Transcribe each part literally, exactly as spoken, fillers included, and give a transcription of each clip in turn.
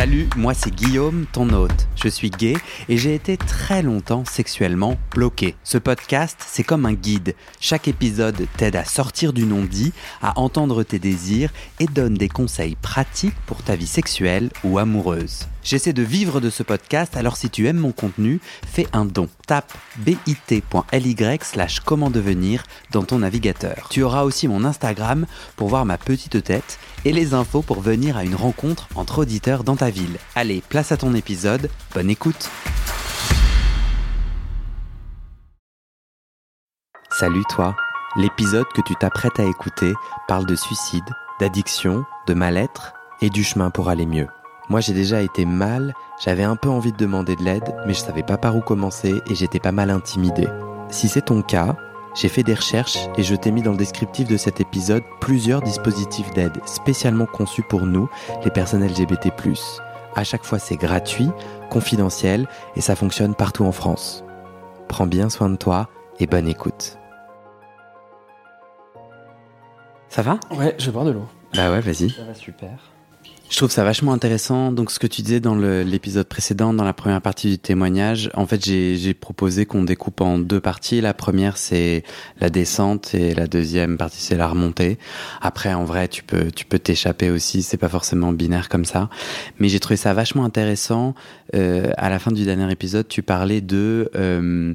Salut, moi c'est Guillaume, ton hôte. Je suis gay et j'ai été très longtemps sexuellement bloqué. Ce podcast, c'est comme un guide. Chaque épisode t'aide à sortir du non-dit, à entendre tes désirs et donne des conseils pratiques pour ta vie sexuelle ou amoureuse. J'essaie de vivre de ce podcast, alors si tu aimes mon contenu, fais un don. Tape bit.ly slash comment devenir dans ton navigateur. Tu auras aussi mon Instagram pour voir ma petite tête et les infos pour venir à une rencontre entre auditeurs dans ta ville. Allez, place à ton épisode, bonne écoute. Salut toi, l'épisode que tu t'apprêtes à écouter parle de suicide, d'addiction, de mal-être et du chemin pour aller mieux. Moi j'ai déjà été mal, j'avais un peu envie de demander de l'aide, mais je savais pas par où commencer et j'étais pas mal intimidé. Si c'est ton cas, j'ai fait des recherches et je t'ai mis dans le descriptif de cet épisode plusieurs dispositifs d'aide spécialement conçus pour nous, les personnes L G B T plus. À chaque fois c'est gratuit, confidentiel et ça fonctionne partout en France. Prends bien soin de toi et bonne écoute. Ça va ? Ouais, je vais boire de l'eau. Bah ouais, vas-y. Ça va super. Je trouve ça vachement intéressant. Donc, ce que tu disais dans le, l'épisode précédent, dans la première partie du témoignage, en fait, j'ai, j'ai proposé qu'on découpe en deux parties. La première, c'est la descente et la deuxième partie, c'est la remontée. Après, en vrai, tu peux, tu peux t'échapper aussi. C'est pas forcément binaire comme ça. Mais j'ai trouvé ça vachement intéressant. Euh, à la fin du dernier épisode, tu parlais de, euh,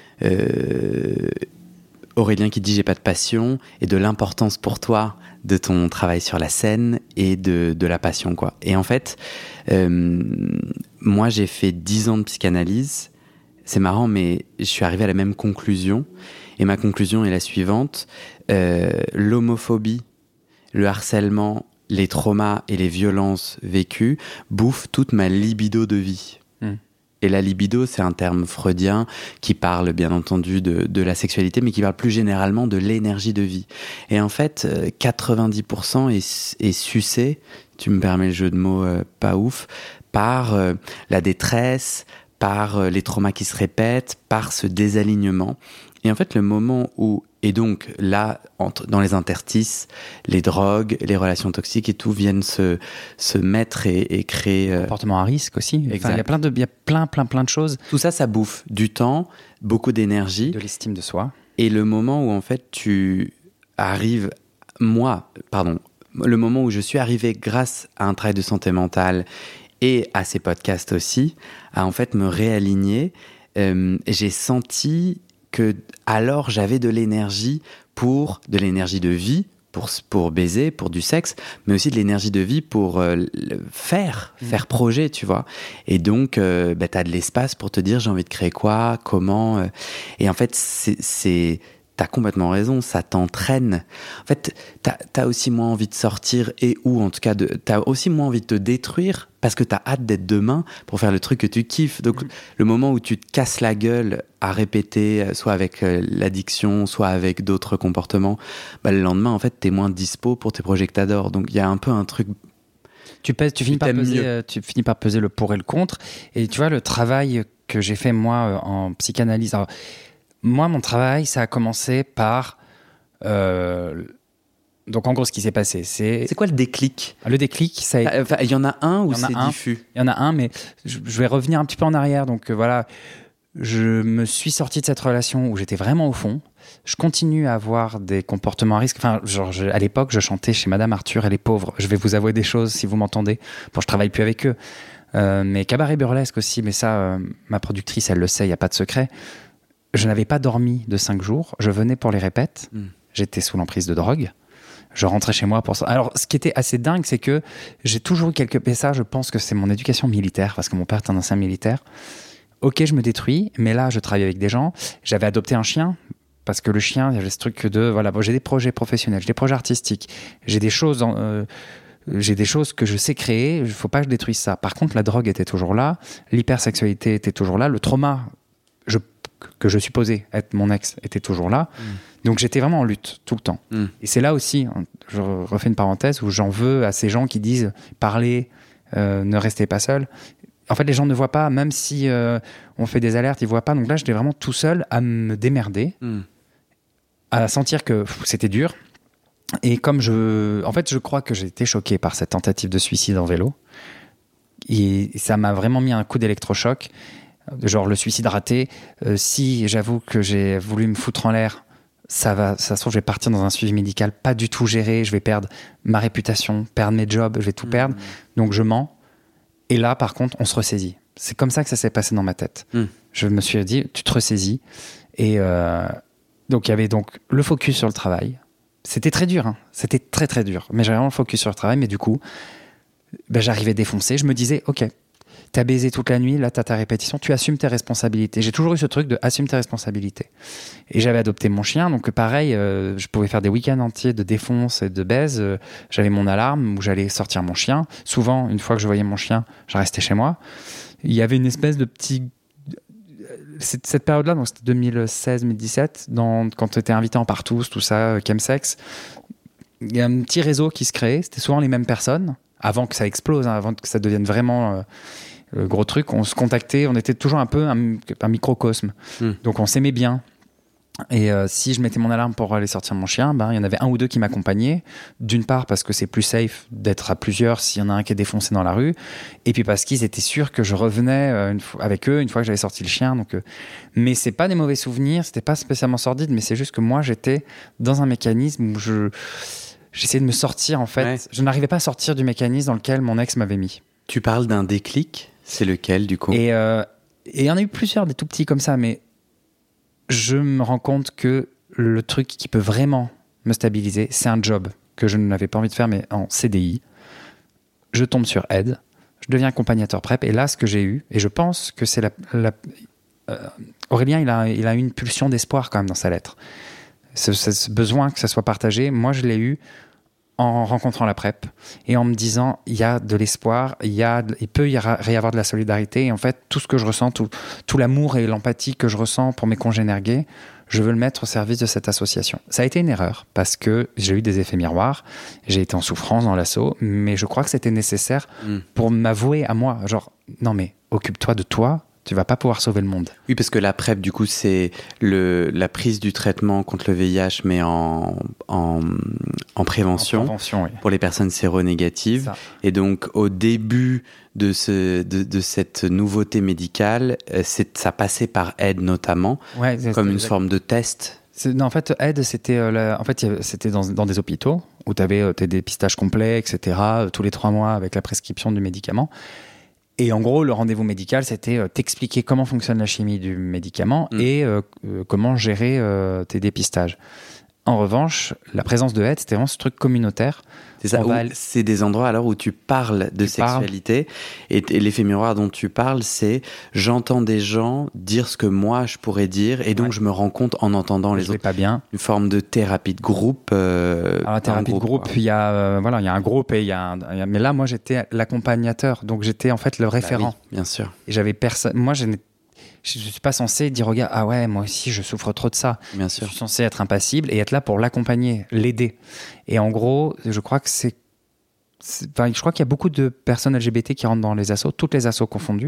euh, Aurélien qui dit j'ai pas de passion et de l'importance pour toi de ton travail sur la scène et de, de la passion, quoi. Et en fait, euh, moi, j'ai fait dix ans de psychanalyse. C'est marrant, mais je suis arrivé à la même conclusion. Et ma conclusion est la suivante. Euh, l'homophobie, le harcèlement, les traumas et les violences vécues bouffent toute ma libido de vie. Mmh. Et la libido, c'est un terme freudien qui parle bien entendu de, de la sexualité, mais qui parle plus généralement de l'énergie de vie. Et en fait, quatre-vingt-dix pour cent est, est sucé, tu me permets le jeu de mots euh, pas ouf, par euh, la détresse, par euh, les traumas qui se répètent, par ce désalignement. Et en fait, le moment où, et donc là, entre, dans les interstices, les drogues, les relations toxiques et tout viennent se, se mettre et, et créer... Euh... Comportement à risque aussi. Exact. Enfin, il y a plein de, il y a plein, plein, plein de choses. Tout ça, ça bouffe du temps, beaucoup d'énergie. De l'estime de soi. Et le moment où, en fait, tu arrives... Moi, pardon, le moment où je suis arrivé grâce à un travail de santé mentale et à ces podcasts aussi, à en fait me réaligner, euh, j'ai senti... que alors j'avais de l'énergie pour de l'énergie de vie, pour, pour baiser, pour du sexe, mais aussi de l'énergie de vie pour euh, faire, mmh. faire projet, tu vois. Et donc, euh, bah, t'as de l'espace pour te dire j'ai envie de créer quoi, comment. Euh, et en fait, c'est... c'est t'as complètement raison, ça t'entraîne. En fait, t'as, t'as aussi moins envie de sortir et ou en tout cas, de, t'as aussi moins envie de te détruire parce que t'as hâte d'être demain pour faire le truc que tu kiffes. Donc, mmh. le moment où tu te casses la gueule à répéter, soit avec euh, l'addiction, soit avec d'autres comportements, bah, le lendemain, en fait, t'es moins dispo pour tes projets que t'adores. Donc, il y a un peu un truc... Tu, pèses, tu, finis par peser, euh, tu finis par peser le pour et le contre. Et tu vois, le travail que j'ai fait, moi, euh, en psychanalyse... Alors, moi, mon travail, ça a commencé par... Euh, donc, en gros, ce qui s'est passé, c'est... C'est quoi le déclic ? Le déclic, ça a... Enfin, il y en a un ou c'est un. diffus ? Il y en a un, mais je, je vais revenir un petit peu en arrière. Donc, euh, voilà, je me suis sorti de cette relation où j'étais vraiment au fond. Je continue à avoir des comportements à risque. Enfin, genre, je, à l'époque, je chantais chez Madame Arthur et les pauvres. Je vais vous avouer des choses, si vous m'entendez. Bon, je travaille plus avec eux. Euh, mais cabaret burlesque aussi, mais ça, euh, ma productrice, elle le sait, il n'y a pas de secret. Je n'avais pas dormi de cinq jours. Je venais pour les répètes. Mmh. J'étais sous l'emprise de drogue. Je rentrais chez moi pour ça. Alors, ce qui était assez dingue, c'est que j'ai toujours eu quelques... Et ça, je pense que c'est mon éducation militaire, parce que mon père est un ancien militaire. Ok, je me détruis, mais là, je travaille avec des gens. J'avais adopté un chien, parce que le chien, il y avait ce truc de... Voilà, bon, j'ai des projets professionnels, j'ai des projets artistiques, j'ai des choses... En, euh, j'ai des choses que je sais créer, il ne faut pas que je détruise ça. Par contre, la drogue était toujours là, l'hypersexualité était toujours là, le trauma... Je que je supposais être mon ex était toujours là. Mmh. Donc j'étais vraiment en lutte tout le temps. Mmh. Et c'est là aussi, je refais une parenthèse, où j'en veux à ces gens qui disent « parlez, euh, ne restez pas seul ». En fait, les gens ne voient pas, même si euh, on fait des alertes, ils ne voient pas. Donc là, j'étais vraiment tout seul à me démerder, mmh. à sentir que pff, c'était dur. Et comme je... En fait, je crois que j'ai été choqué par cette tentative de suicide en vélo. et ça m'a vraiment mis un coup d'électrochoc, genre le suicide raté. Euh, si j'avoue que j'ai voulu me foutre en l'air, ça va, ça se trouve, je vais partir dans un suivi médical pas du tout géré, je vais perdre ma réputation, perdre mes jobs, je vais tout mmh. perdre. Donc je mens. Et là, par contre, on se ressaisit. C'est comme ça que ça s'est passé dans ma tête. Mmh. Je me suis dit, tu te ressaisis. Et euh, donc, il y avait donc le focus sur le travail. C'était très dur, hein. C'était très, très dur. Mais j'avais vraiment le focus sur le travail. Mais du coup, ben, j'arrivais défoncé. Je me disais, OK, t'as baisé toute la nuit, là, t'as ta répétition, tu assumes tes responsabilités. J'ai toujours eu ce truc de assume tes responsabilités. Et j'avais adopté mon chien, donc pareil, euh, je pouvais faire des week-ends entiers de défonce et de baise. Euh, j'avais mon alarme où j'allais sortir mon chien. Souvent, une fois que je voyais mon chien, je restais chez moi. Il y avait une espèce de petit... Cette période-là, donc c'était deux mille seize deux mille dix-sept, dans, quand tu étais invité en partous, tout ça, chemsex, il y a un petit réseau qui se créait. C'était souvent les mêmes personnes, avant que ça explose, hein, avant que ça devienne vraiment... Euh, le gros truc, on se contactait, on était toujours un peu un, un microcosme. Mmh. Donc on s'aimait bien. Et euh, si je mettais mon alarme pour aller sortir mon chien, ben, il y en avait un ou deux qui m'accompagnaient. D'une part parce que c'est plus safe d'être à plusieurs s'il y en a un qui est défoncé dans la rue. Et puis parce qu'ils étaient sûrs que je revenais euh, une fois, avec eux une fois que j'avais sorti le chien. Donc, euh, mais c'est pas des mauvais souvenirs, c'était pas spécialement sordide, mais c'est juste que moi j'étais dans un mécanisme où je, j'essayais de me sortir en fait. Ouais. Je n'arrivais pas à sortir du mécanisme dans lequel mon ex m'avait mis. Tu parles d'un déclic ? C'est lequel, du coup ? Et euh, il y en a eu plusieurs, des tout petits comme ça, mais je me rends compte que le truc qui peut vraiment me stabiliser, c'est un job que je n'avais pas envie de faire, mais en C D I. Je tombe sur Aide, je deviens accompagnateur PrEP, et là, ce que j'ai eu, et je pense que c'est la... la euh, Aurélien, il a, il a eu une pulsion d'espoir quand même dans sa lettre. Ce, ce, ce besoin que ça soit partagé, moi, je l'ai eu en rencontrant la PrEP et en me disant il y a de l'espoir, il, y a, il peut y avoir de la solidarité, et en fait tout ce que je ressens, tout, tout l'amour et l'empathie que je ressens pour mes congénères gays, je veux le mettre au service de cette association. Ça a été une erreur parce que j'ai eu des effets miroirs, j'ai été en souffrance dans l'asso, mais je crois que c'était nécessaire mmh. pour m'avouer à moi, genre non mais occupe-toi de toi, tu vas pas pouvoir sauver le monde. Oui, parce que la PrEP, du coup, c'est le, la prise du traitement contre le V I H, mais en, en, en prévention, en prévention oui. pour les personnes séronégatives. Et donc, au début de, ce, de, de cette nouveauté médicale, c'est, ça passait par Aide notamment, ouais, comme une forme de test. C'est, non, en fait, Aide, c'était, euh, la, en fait, c'était dans, dans des hôpitaux où tu avais euh, tes dépistages complets, et cetera, euh, tous les trois mois avec la prescription du médicament. Et en gros, le rendez-vous médical, c'était euh, t'expliquer comment fonctionne la chimie du médicament mmh. et euh, euh, comment gérer euh, tes dépistages. En revanche, la présence de Aide, c'était vraiment ce truc communautaire. C'est ça, va... c'est des endroits alors où tu parles de tu sexualité parles. Et, et l'effet miroir dont tu parles, c'est j'entends des gens dire ce que moi je pourrais dire et donc ouais. je me rends compte en entendant les je autres. Pas bien. Une forme de thérapie de groupe. Euh, alors, la thérapie groupe, de groupe, il y a euh, voilà, il y a un groupe et il y a un, il y a, mais là moi j'étais l'accompagnateur, donc j'étais en fait le référent. Bah oui, bien sûr. Et j'avais personne. Moi je n'ai Je ne suis pas censé dire, regarde, ah ouais, moi aussi, je souffre trop de ça. Bien sûr. Je suis censé être impassible et être là pour l'accompagner, l'aider. Et en gros, je crois que c'est... c'est enfin, je crois qu'il y a beaucoup de personnes L G B T qui rentrent dans les assos, toutes les assos confondues.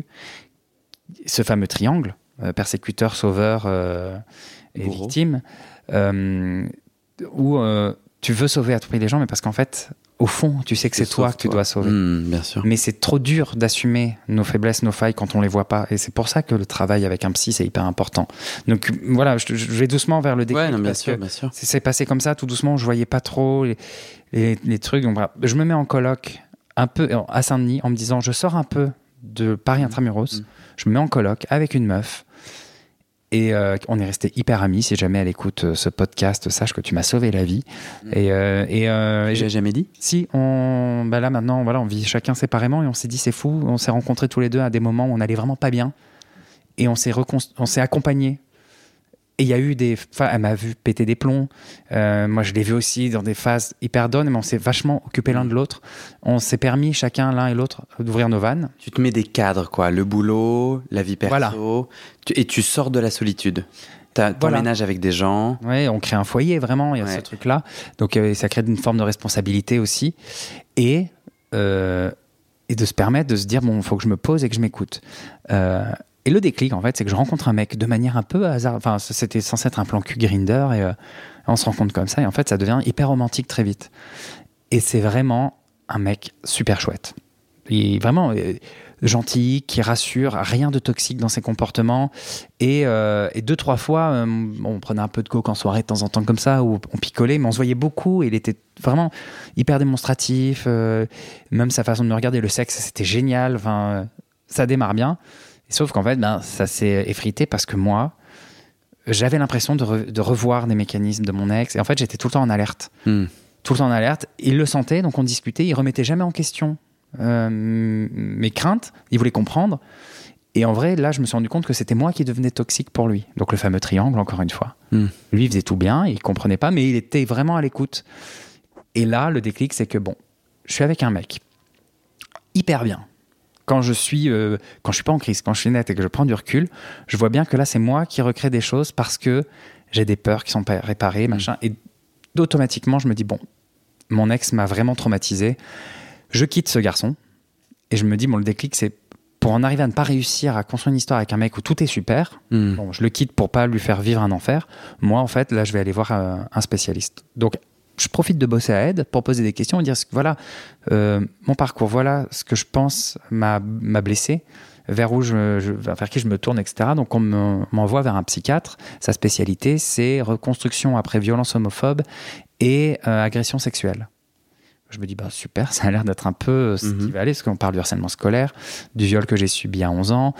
Ce fameux triangle, euh, persécuteur, sauveur euh, et Bourreau. victime, euh, où euh, tu veux sauver à tout prix les gens, mais parce qu'en fait... Au fond, tu sais que c'est toi que tu dois sauver. Mmh, bien sûr. Mais c'est trop dur d'assumer nos faiblesses, nos failles quand on les voit pas. Et c'est pour ça que le travail avec un psy, c'est hyper important. Donc voilà, je, je vais doucement vers le déclic. Ouais, non, bien parce sûr, que bien sûr. C'est, c'est passé comme ça, tout doucement. Je voyais pas trop les, les, les trucs. Donc voilà, je me mets en coloc un peu à Saint-Denis en me disant, je sors un peu de Paris Intramuros. Mmh. Je me mets en coloc avec une meuf. Et euh, on est resté hyper amis. Si jamais elle écoute euh, ce podcast, sache que tu m'as sauvé la vie. Mmh. Et, euh, et euh, j'ai jamais dit. Si on, bah là maintenant, voilà, on vit chacun séparément et on s'est dit c'est fou. On s'est rencontrés tous les deux à des moments où on allait vraiment pas bien et on s'est reconst- on s'est accompagnés. Et il y a eu des, enfin, elle m'a vu péter des plombs. Euh, moi, je l'ai vu aussi dans des phases hyper down, mais on s'est vachement occupés l'un de l'autre. On s'est permis chacun l'un et l'autre d'ouvrir nos vannes. Tu te mets des cadres, quoi. Le boulot, la vie perso. Voilà. Tu, et tu sors de la solitude. Tu emménages voilà. avec des gens. Oui, on crée un foyer, vraiment. Il y a ouais. ce truc-là. Donc, euh, ça crée une forme de responsabilité aussi. Et, euh, et de se permettre de se dire, bon, il faut que je me pose et que je m'écoute. Euh, Et le déclic, en fait, c'est que je rencontre un mec de manière un peu hasard. Enfin, c'était censé être un plan cul Grindr et euh, on se rencontre comme ça. Et en fait, ça devient hyper romantique très vite. Et c'est vraiment un mec super chouette. il est vraiment euh, gentil, qui rassure, rien de toxique dans ses comportements. Et, euh, et deux, trois fois, euh, on prenait un peu de coke en soirée de temps en temps comme ça, ou on picolait, mais on se voyait beaucoup. Et il était vraiment hyper démonstratif. Euh, même sa façon de me regarder, le sexe, c'était génial. Enfin, euh, ça démarre bien. Et sauf qu'en fait, ben, ça s'est effrité parce que moi, j'avais l'impression de, re- de revoir des mécanismes de mon ex. Et en fait, j'étais tout le temps en alerte. Mm. Tout le temps en alerte. Il le sentait, donc on discutait. Il remettait jamais en question euh, mes craintes. Il voulait comprendre. Et en vrai, là, je me suis rendu compte que c'était moi qui devenais toxique pour lui. Donc le fameux triangle, encore une fois. Mm. Lui, il faisait tout bien, il comprenait pas, mais il était vraiment à l'écoute. Et là, le déclic, c'est que bon, je suis avec un mec hyper bien. Quand je suis, euh, quand je suis pas en crise, quand je suis net et que je prends du recul, je vois bien que là, c'est moi qui recrée des choses parce que j'ai des peurs qui sont pas réparées, machin. Et automatiquement, je me dis, bon, mon ex m'a vraiment traumatisé. Je quitte ce garçon. Et je me dis, bon, le déclic, c'est pour en arriver à ne pas réussir à construire une histoire avec un mec où tout est super. Mm. Bon, je le quitte pour pas lui faire vivre un enfer. Moi, en fait, là, je vais aller voir euh, un spécialiste. Donc, je profite de bosser à Aide pour poser des questions et dire voilà euh, mon parcours, voilà ce que je pense m'a, m'a blessé, vers où je, je, vers qui je me tourne, et cetera. Donc on me, m'envoie vers un psychiatre. Sa spécialité, c'est reconstruction après violence homophobe et euh, agression sexuelle. Je me dis bah super, ça a l'air d'être un peu ce qui va aller, parce qu'on parle du harcèlement scolaire, du viol que j'ai subi à onze ans,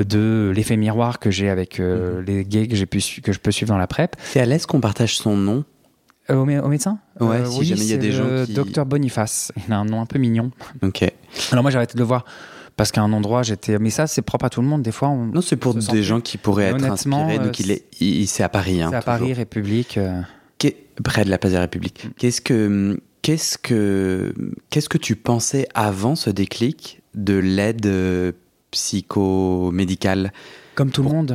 de l'effet miroir que j'ai avec euh, mm-hmm. les gays que j'ai pu que je peux suivre dans la PrEP. C'est à l'aise qu'on partage son nom? Euh, au, mé- au médecin Ouais, euh, si oui, jamais il y a des gens qui... Docteur Boniface. Il a un nom un peu mignon. Ok. Alors moi, j'ai arrêté de le voir parce qu'à un endroit, j'étais... Mais ça, c'est propre à tout le monde. Des fois, on... Non, c'est pour des plus. gens qui pourraient être inspirés. Donc, il est, il, c'est à Paris. Hein, c'est à toujours. Paris, République. Euh... Près de la place de la République. Qu'est-ce que, qu'est-ce que, qu'est-ce que tu pensais avant ce déclic de l'aide psychomédicale? Comme tout pour... le monde.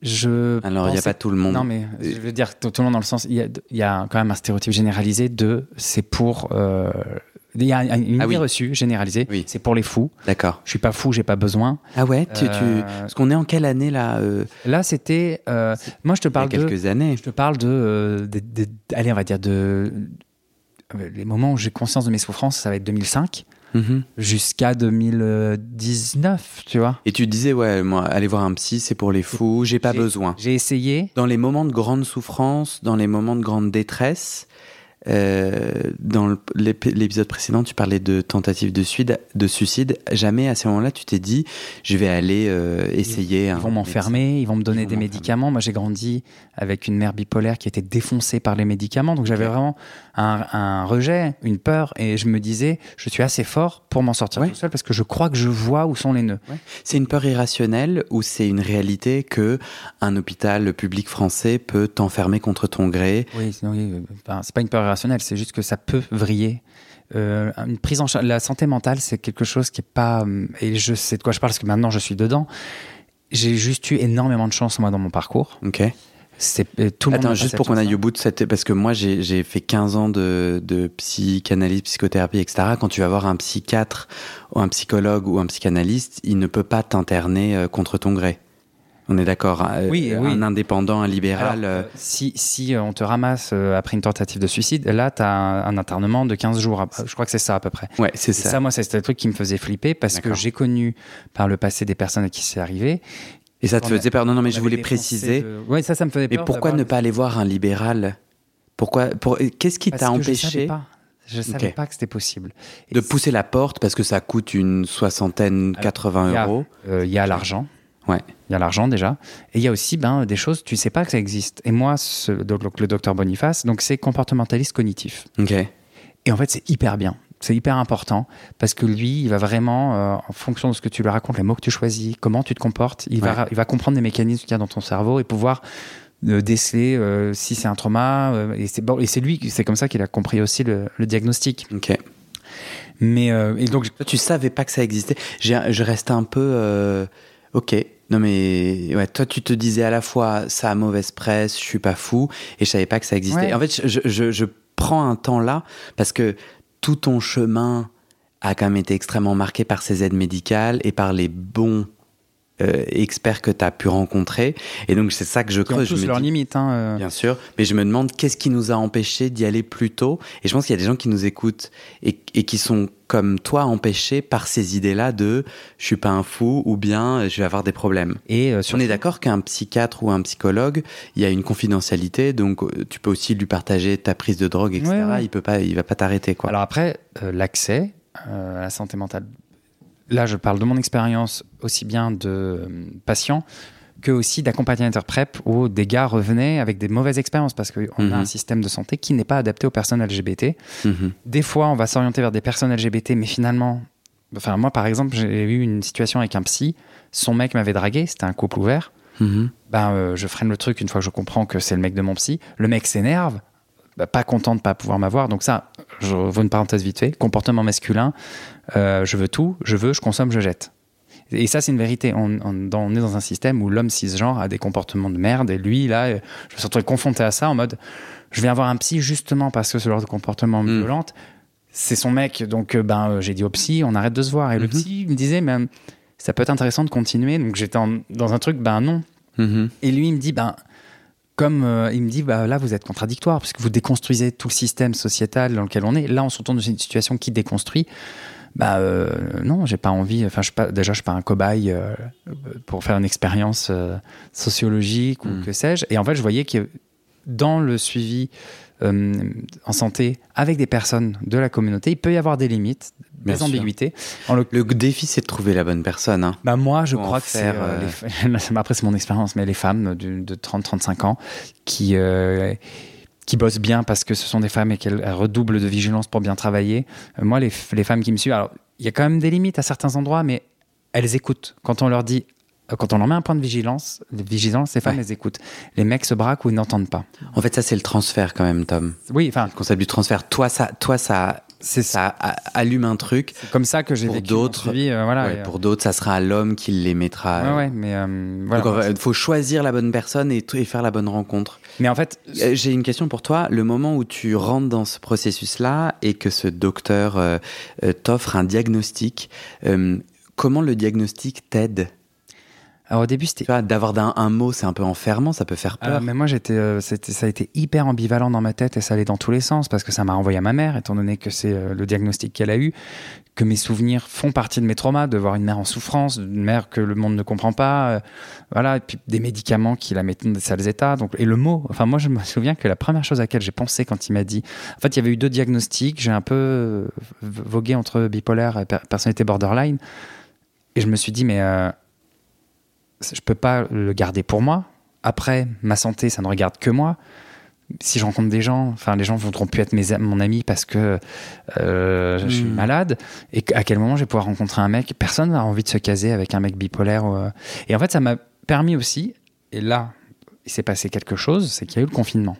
Je Alors, il n'y a pas tout le monde. Non, mais je veux dire tout, tout le monde dans le sens... Il y a, il y a quand même un stéréotype généralisé de... C'est pour... Euh, il y a une idée ah oui. reçue généralisée. Oui. C'est pour les fous. D'accord. Je suis pas fou, j'ai pas besoin. Ah ouais tu, euh... tu... Parce qu'on est en quelle année, là euh... Là, c'était... Euh... Moi, je te parle il y a quelques de... années. Je te parle de, euh, de, de... Allez, on va dire de... Les moments où j'ai conscience de mes souffrances, ça va être deux mille cinq. Mmh. Jusqu'à deux mille dix-neuf, tu vois. Et tu disais, ouais, moi, aller voir un psy, c'est pour les fous, j'ai pas j'ai, besoin. J'ai essayé. Dans les moments de grande souffrance, dans les moments de grande détresse, euh, dans le, l'épisode précédent, tu parlais de tentative de suicide, de suicide. Jamais à ce moment-là, tu t'es dit, je vais aller euh, essayer. Ils, ils vont m'enfermer, ils vont me donner des médicaments. Moi, j'ai grandi avec une mère bipolaire qui était défoncée par les médicaments. Donc, j'avais okay. vraiment un, un rejet, une peur. Et je me disais, je suis assez fort pour m'en sortir ouais. tout seul parce que je crois que je vois où sont les nœuds. Ouais. C'est une peur irrationnelle ou c'est une réalité que un hôpital public français peut t'enfermer contre ton gré? Oui, oui enfin, c'est pas une peur irrationnelle. C'est juste que ça peut vriller. Euh, une prise en charge, la santé mentale, c'est quelque chose qui est pas. Et je sais de quoi je parle parce que maintenant je suis dedans. J'ai juste eu énormément de chance moi dans mon parcours. Ok. C'est tout le Attends, monde juste pour qu'on aille au bout de cette, parce que moi j'ai j'ai fait quinze ans de de psychanalyse, psychothérapie, et cetera. Quand tu vas voir un psychiatre ou un psychologue ou un psychanalyste, il ne peut pas t'interner contre ton gré. On est d'accord. Oui, un oui. indépendant, un libéral. Alors, euh, si, si on te ramasse euh, après une tentative de suicide, là, tu as un, un internement de quinze jours. Je crois que c'est ça à peu près. Ouais, c'est ça. Et ça, moi, c'était le truc qui me faisait flipper parce d'accord. que j'ai connu par le passé des personnes à qui c'est arrivé. Et ça te faisait peur? Non, non, mais je voulais préciser. De... Oui, ça, ça me faisait peur. Mais pourquoi ne pas aller voir un libéral? Pourquoi pour... Qu'est-ce qui parce t'a que empêché? Je savais pas. Je savais okay. pas que c'était possible. Et de pousser la porte parce que ça coûte une soixantaine, quatre-vingts euros. Il euh, y a l'argent. Ouais. Il y a l'argent déjà. Et il y a aussi ben, des choses, tu ne sais pas que ça existe. Et moi, ce, donc, le docteur Boniface, donc, c'est comportementaliste cognitif. Okay. Et en fait, c'est hyper bien. C'est hyper important parce que lui, il va vraiment, euh, en fonction de ce que tu lui racontes, les mots que tu choisis, comment tu te comportes, il, ouais. va, il va comprendre les mécanismes qu'il y a dans ton cerveau et pouvoir euh, déceler euh, si c'est un trauma. Euh, et, c'est, bon, et c'est lui, c'est comme ça qu'il a compris aussi le, le diagnostic. Ok. Mais, euh, et donc, toi, tu savais pas que ça existait. J'ai, je restais un peu... Euh... Ok, non mais ouais, toi tu te disais à la fois ça a mauvaise presse, je suis pas fou, et je savais pas que ça existait. Ouais. En fait, je, je, je prends un temps là parce que tout ton chemin a quand même été extrêmement marqué par ces aides médicales et par les bons euh, experts que tu as pu rencontrer. Et donc, c'est ça que je Qui ont creuse. tous je me leurs dis, limites. Hein, euh. Bien sûr. Mais je me demande qu'est-ce qui nous a empêchés d'y aller plus tôt. Et je pense qu'il y a des gens qui nous écoutent et, et qui sont comme toi empêchés par ces idées-là de je suis pas un fou ou bien je vais avoir des problèmes. Et euh, On est d'accord qu'un psychiatre ou un psychologue, il y a une confidentialité, donc tu peux aussi lui partager ta prise de drogue, et cetera. Ouais, ouais. Il peut pas, il va pas t'arrêter, quoi. Alors après, euh, l'accès euh, à la santé mentale. Là, je parle de mon expérience aussi bien de euh, patients que aussi d'accompagnateurs PrEP où des gars revenaient avec des mauvaises expériences parce qu'on mm-hmm. a un système de santé qui n'est pas adapté aux personnes L G B T. Mm-hmm. Des fois, on va s'orienter vers des personnes L G B T, mais finalement, enfin moi par exemple, j'ai eu une situation avec un psy, son mec m'avait dragué, c'était un couple ouvert. Mm-hmm. Ben, euh, je freine le truc une fois que je comprends que c'est le mec de mon psy. Le mec s'énerve, ben, pas content de pas pouvoir m'avoir. Donc ça, je ouvre une parenthèse vite fait, comportement masculin, euh, je veux tout, je veux, je consomme, je jette. Et ça, c'est une vérité. On, on, on est dans un système où l'homme cisgenre a des comportements de merde. Et lui, là, je me suis retrouvé confronté à ça en mode, je vais avoir un psy justement parce que ce genre de comportement mmh. violent, c'est son mec. Donc, ben, j'ai dit au psy, on arrête de se voir. Et mmh. le psy me disait, mais ça peut être intéressant de continuer. Donc, j'étais en, dans un truc, ben non. Mmh. Et lui, il me dit, ben, comme euh, il me dit, bah, là, vous êtes contradictoire parce que vous déconstruisez tout le système sociétal dans lequel on est. Là, on se retourne dans une situation qui déconstruit. Bah euh, non, j'ai pas envie. Enfin, je suis pas, déjà, je suis pas un cobaye euh, pour faire une expérience euh, sociologique ou mmh. que sais-je. Et en fait, je voyais que dans le suivi euh, en santé avec des personnes de la communauté, il peut y avoir des limites, des Bien ambiguïtés. Le... le défi, c'est de trouver la bonne personne. Hein. Bah moi, je crois que faire, c'est euh, euh... les... après c'est mon expérience, mais les femmes de, de trente à trente-cinq ans qui euh, qui bossent bien parce que ce sont des femmes et qu'elles redoublent de vigilance pour bien travailler. Euh, moi, les, les femmes qui me suivent, alors il y a quand même des limites à certains endroits, mais elles écoutent. Quand on leur dit, quand on leur met un point de vigilance, de vigilance, les femmes, ouais. elles écoutent. Les mecs se braquent ou ils n'entendent pas. En fait, ça, c'est le transfert quand même, Tom. Oui, enfin... Le concept du transfert. Toi, ça... Toi, ça c'est ça allume un truc. C'est comme ça que j'ai pour vécu d'autres, suivi, euh, voilà, ouais, et, pour d'autres, ça sera à l'homme qui les mettra. Ouais, ouais, mais euh, voilà. Donc, il faut choisir la bonne personne et, et faire la bonne rencontre. Mais en fait, j'ai une question pour toi. Le moment où tu rentres dans ce processus-là et que ce docteur euh, euh, t'offre un diagnostic, euh, comment le diagnostic t'aide ? Alors au début, c'était... Tu vois, d'avoir un, un mot, c'est un peu enfermant, ça peut faire peur. Alors, mais moi, j'étais, euh, c'était, ça a été hyper ambivalent dans ma tête et ça allait dans tous les sens parce que ça m'a renvoyé à ma mère, étant donné que c'est euh, le diagnostic qu'elle a eu, que mes souvenirs font partie de mes traumas, de voir une mère en souffrance, une mère que le monde ne comprend pas, euh, voilà, et puis des médicaments qui la mettent dans des sales états. Donc, et le mot, enfin moi, je me souviens que la première chose à laquelle j'ai pensé quand il m'a dit... En fait, il y avait eu deux diagnostics, j'ai un peu vogué entre bipolaire et personnalité borderline et je me suis dit, mais... Euh, je peux pas le garder pour moi. Après, ma santé, ça ne regarde que moi. Si je rencontre des gens, enfin, les gens voudront plus être mes, mon ami parce que euh, je mmh. suis malade. Et à quel moment je vais pouvoir rencontrer un mec ? Personne n'a envie de se caser avec un mec bipolaire. Euh... Et en fait, ça m'a permis aussi, et là, il s'est passé quelque chose, c'est qu'il y a eu le confinement.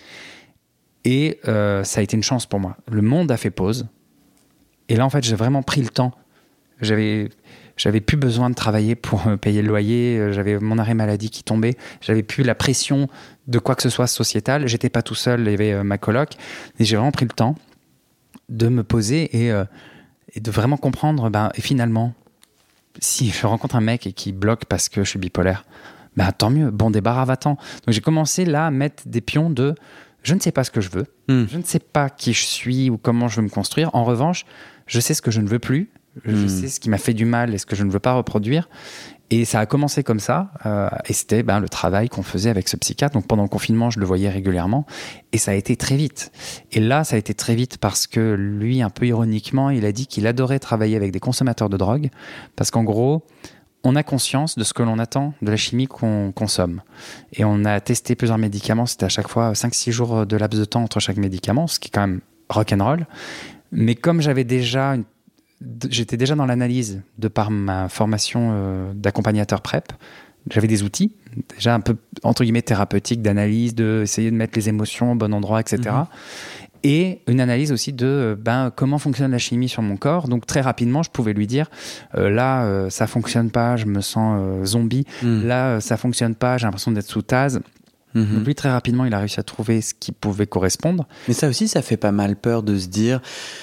Et euh, ça a été une chance pour moi. Le monde a fait pause. Et là, en fait, j'ai vraiment pris le temps. J'avais... J'avais plus besoin de travailler pour payer le loyer, j'avais mon arrêt maladie qui tombait, j'avais plus la pression de quoi que ce soit sociétal, j'étais pas tout seul, il y avait ma coloc, et j'ai vraiment pris le temps de me poser et, euh, et de vraiment comprendre, ben, et finalement, si je rencontre un mec et qui bloque parce que je suis bipolaire, ben, tant mieux, bon débarras, va-t'en. Donc j'ai commencé là à mettre des pions de je ne sais pas ce que je veux, mmh. je ne sais pas qui je suis ou comment je veux me construire, en revanche, je sais ce que je ne veux plus. Je mmh. sais ce qui m'a fait du mal et ce que je ne veux pas reproduire. Et ça a commencé comme ça. Euh, et c'était ben, le travail qu'on faisait avec ce psychiatre. Donc pendant le confinement, je le voyais régulièrement. Et ça a été très vite. Et là, ça a été très vite parce que lui, un peu ironiquement, il a dit qu'il adorait travailler avec des consommateurs de drogue. Parce qu'en gros, on a conscience de ce que l'on attend de la chimie qu'on consomme. Et on a testé plusieurs médicaments. C'était à chaque fois cinq six jours de laps de temps entre chaque médicament, ce qui est quand même rock'n'roll. Mais comme j'avais déjà une J'étais déjà dans l'analyse de par ma formation euh, d'accompagnateur PrEP. J'avais des outils, déjà un peu, entre guillemets, thérapeutiques d'analyse, d'essayer de mettre les émotions au bon endroit, et cetera. Mmh. Et une analyse aussi de ben, comment fonctionne la chimie sur mon corps. Donc très rapidement, je pouvais lui dire, euh, là, euh, ça fonctionne pas, je me sens euh, zombie. Mmh. Là, euh, ça fonctionne pas, j'ai l'impression d'être sous Taz. Mmh. Donc lui, très rapidement, il a réussi à trouver ce qui pouvait correspondre. Mais ça aussi, ça fait pas mal peur de se dire...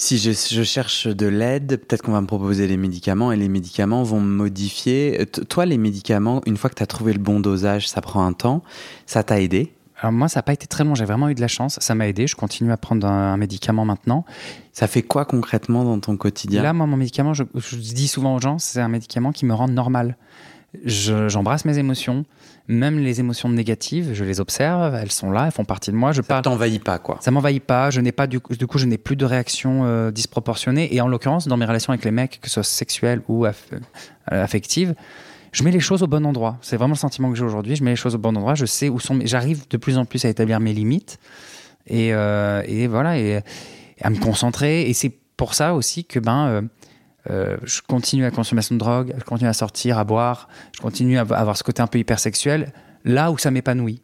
Si je, je cherche de l'aide, peut-être qu'on va me proposer les médicaments et les médicaments vont me modifier. T- toi, les médicaments, une fois que tu as trouvé le bon dosage, ça prend un temps. Ça t'a aidé? Alors moi, ça n'a pas été très long. J'ai vraiment eu de la chance. Ça m'a aidé. Je continue à prendre un, un médicament maintenant. Ça fait quoi concrètement dans ton quotidien? Là, moi, mon médicament, je, je dis souvent aux gens, c'est un médicament qui me rend normal. Je, j'embrasse mes émotions, même les émotions négatives, je les observe, elles sont là, elles font partie de moi. Je ça parle, t'envahit pas, quoi. Ça m'envahit pas. Je n'ai pas du, du coup, je n'ai plus de réactions euh, disproportionnées. Et en l'occurrence, dans mes relations avec les mecs, que ce soit sexuelles ou aff- euh, affectives, je mets les choses au bon endroit. C'est vraiment le sentiment que j'ai aujourd'hui. Je mets les choses au bon endroit. Je sais où sont. Mes... J'arrive de plus en plus à établir mes limites et, euh, et voilà, et, et à me concentrer. Et c'est pour ça aussi que ben. Euh, Euh, je continue la consommation de drogue, je continue à sortir, à boire, je continue à avoir ce côté un peu hypersexuel, là où ça m'épanouit.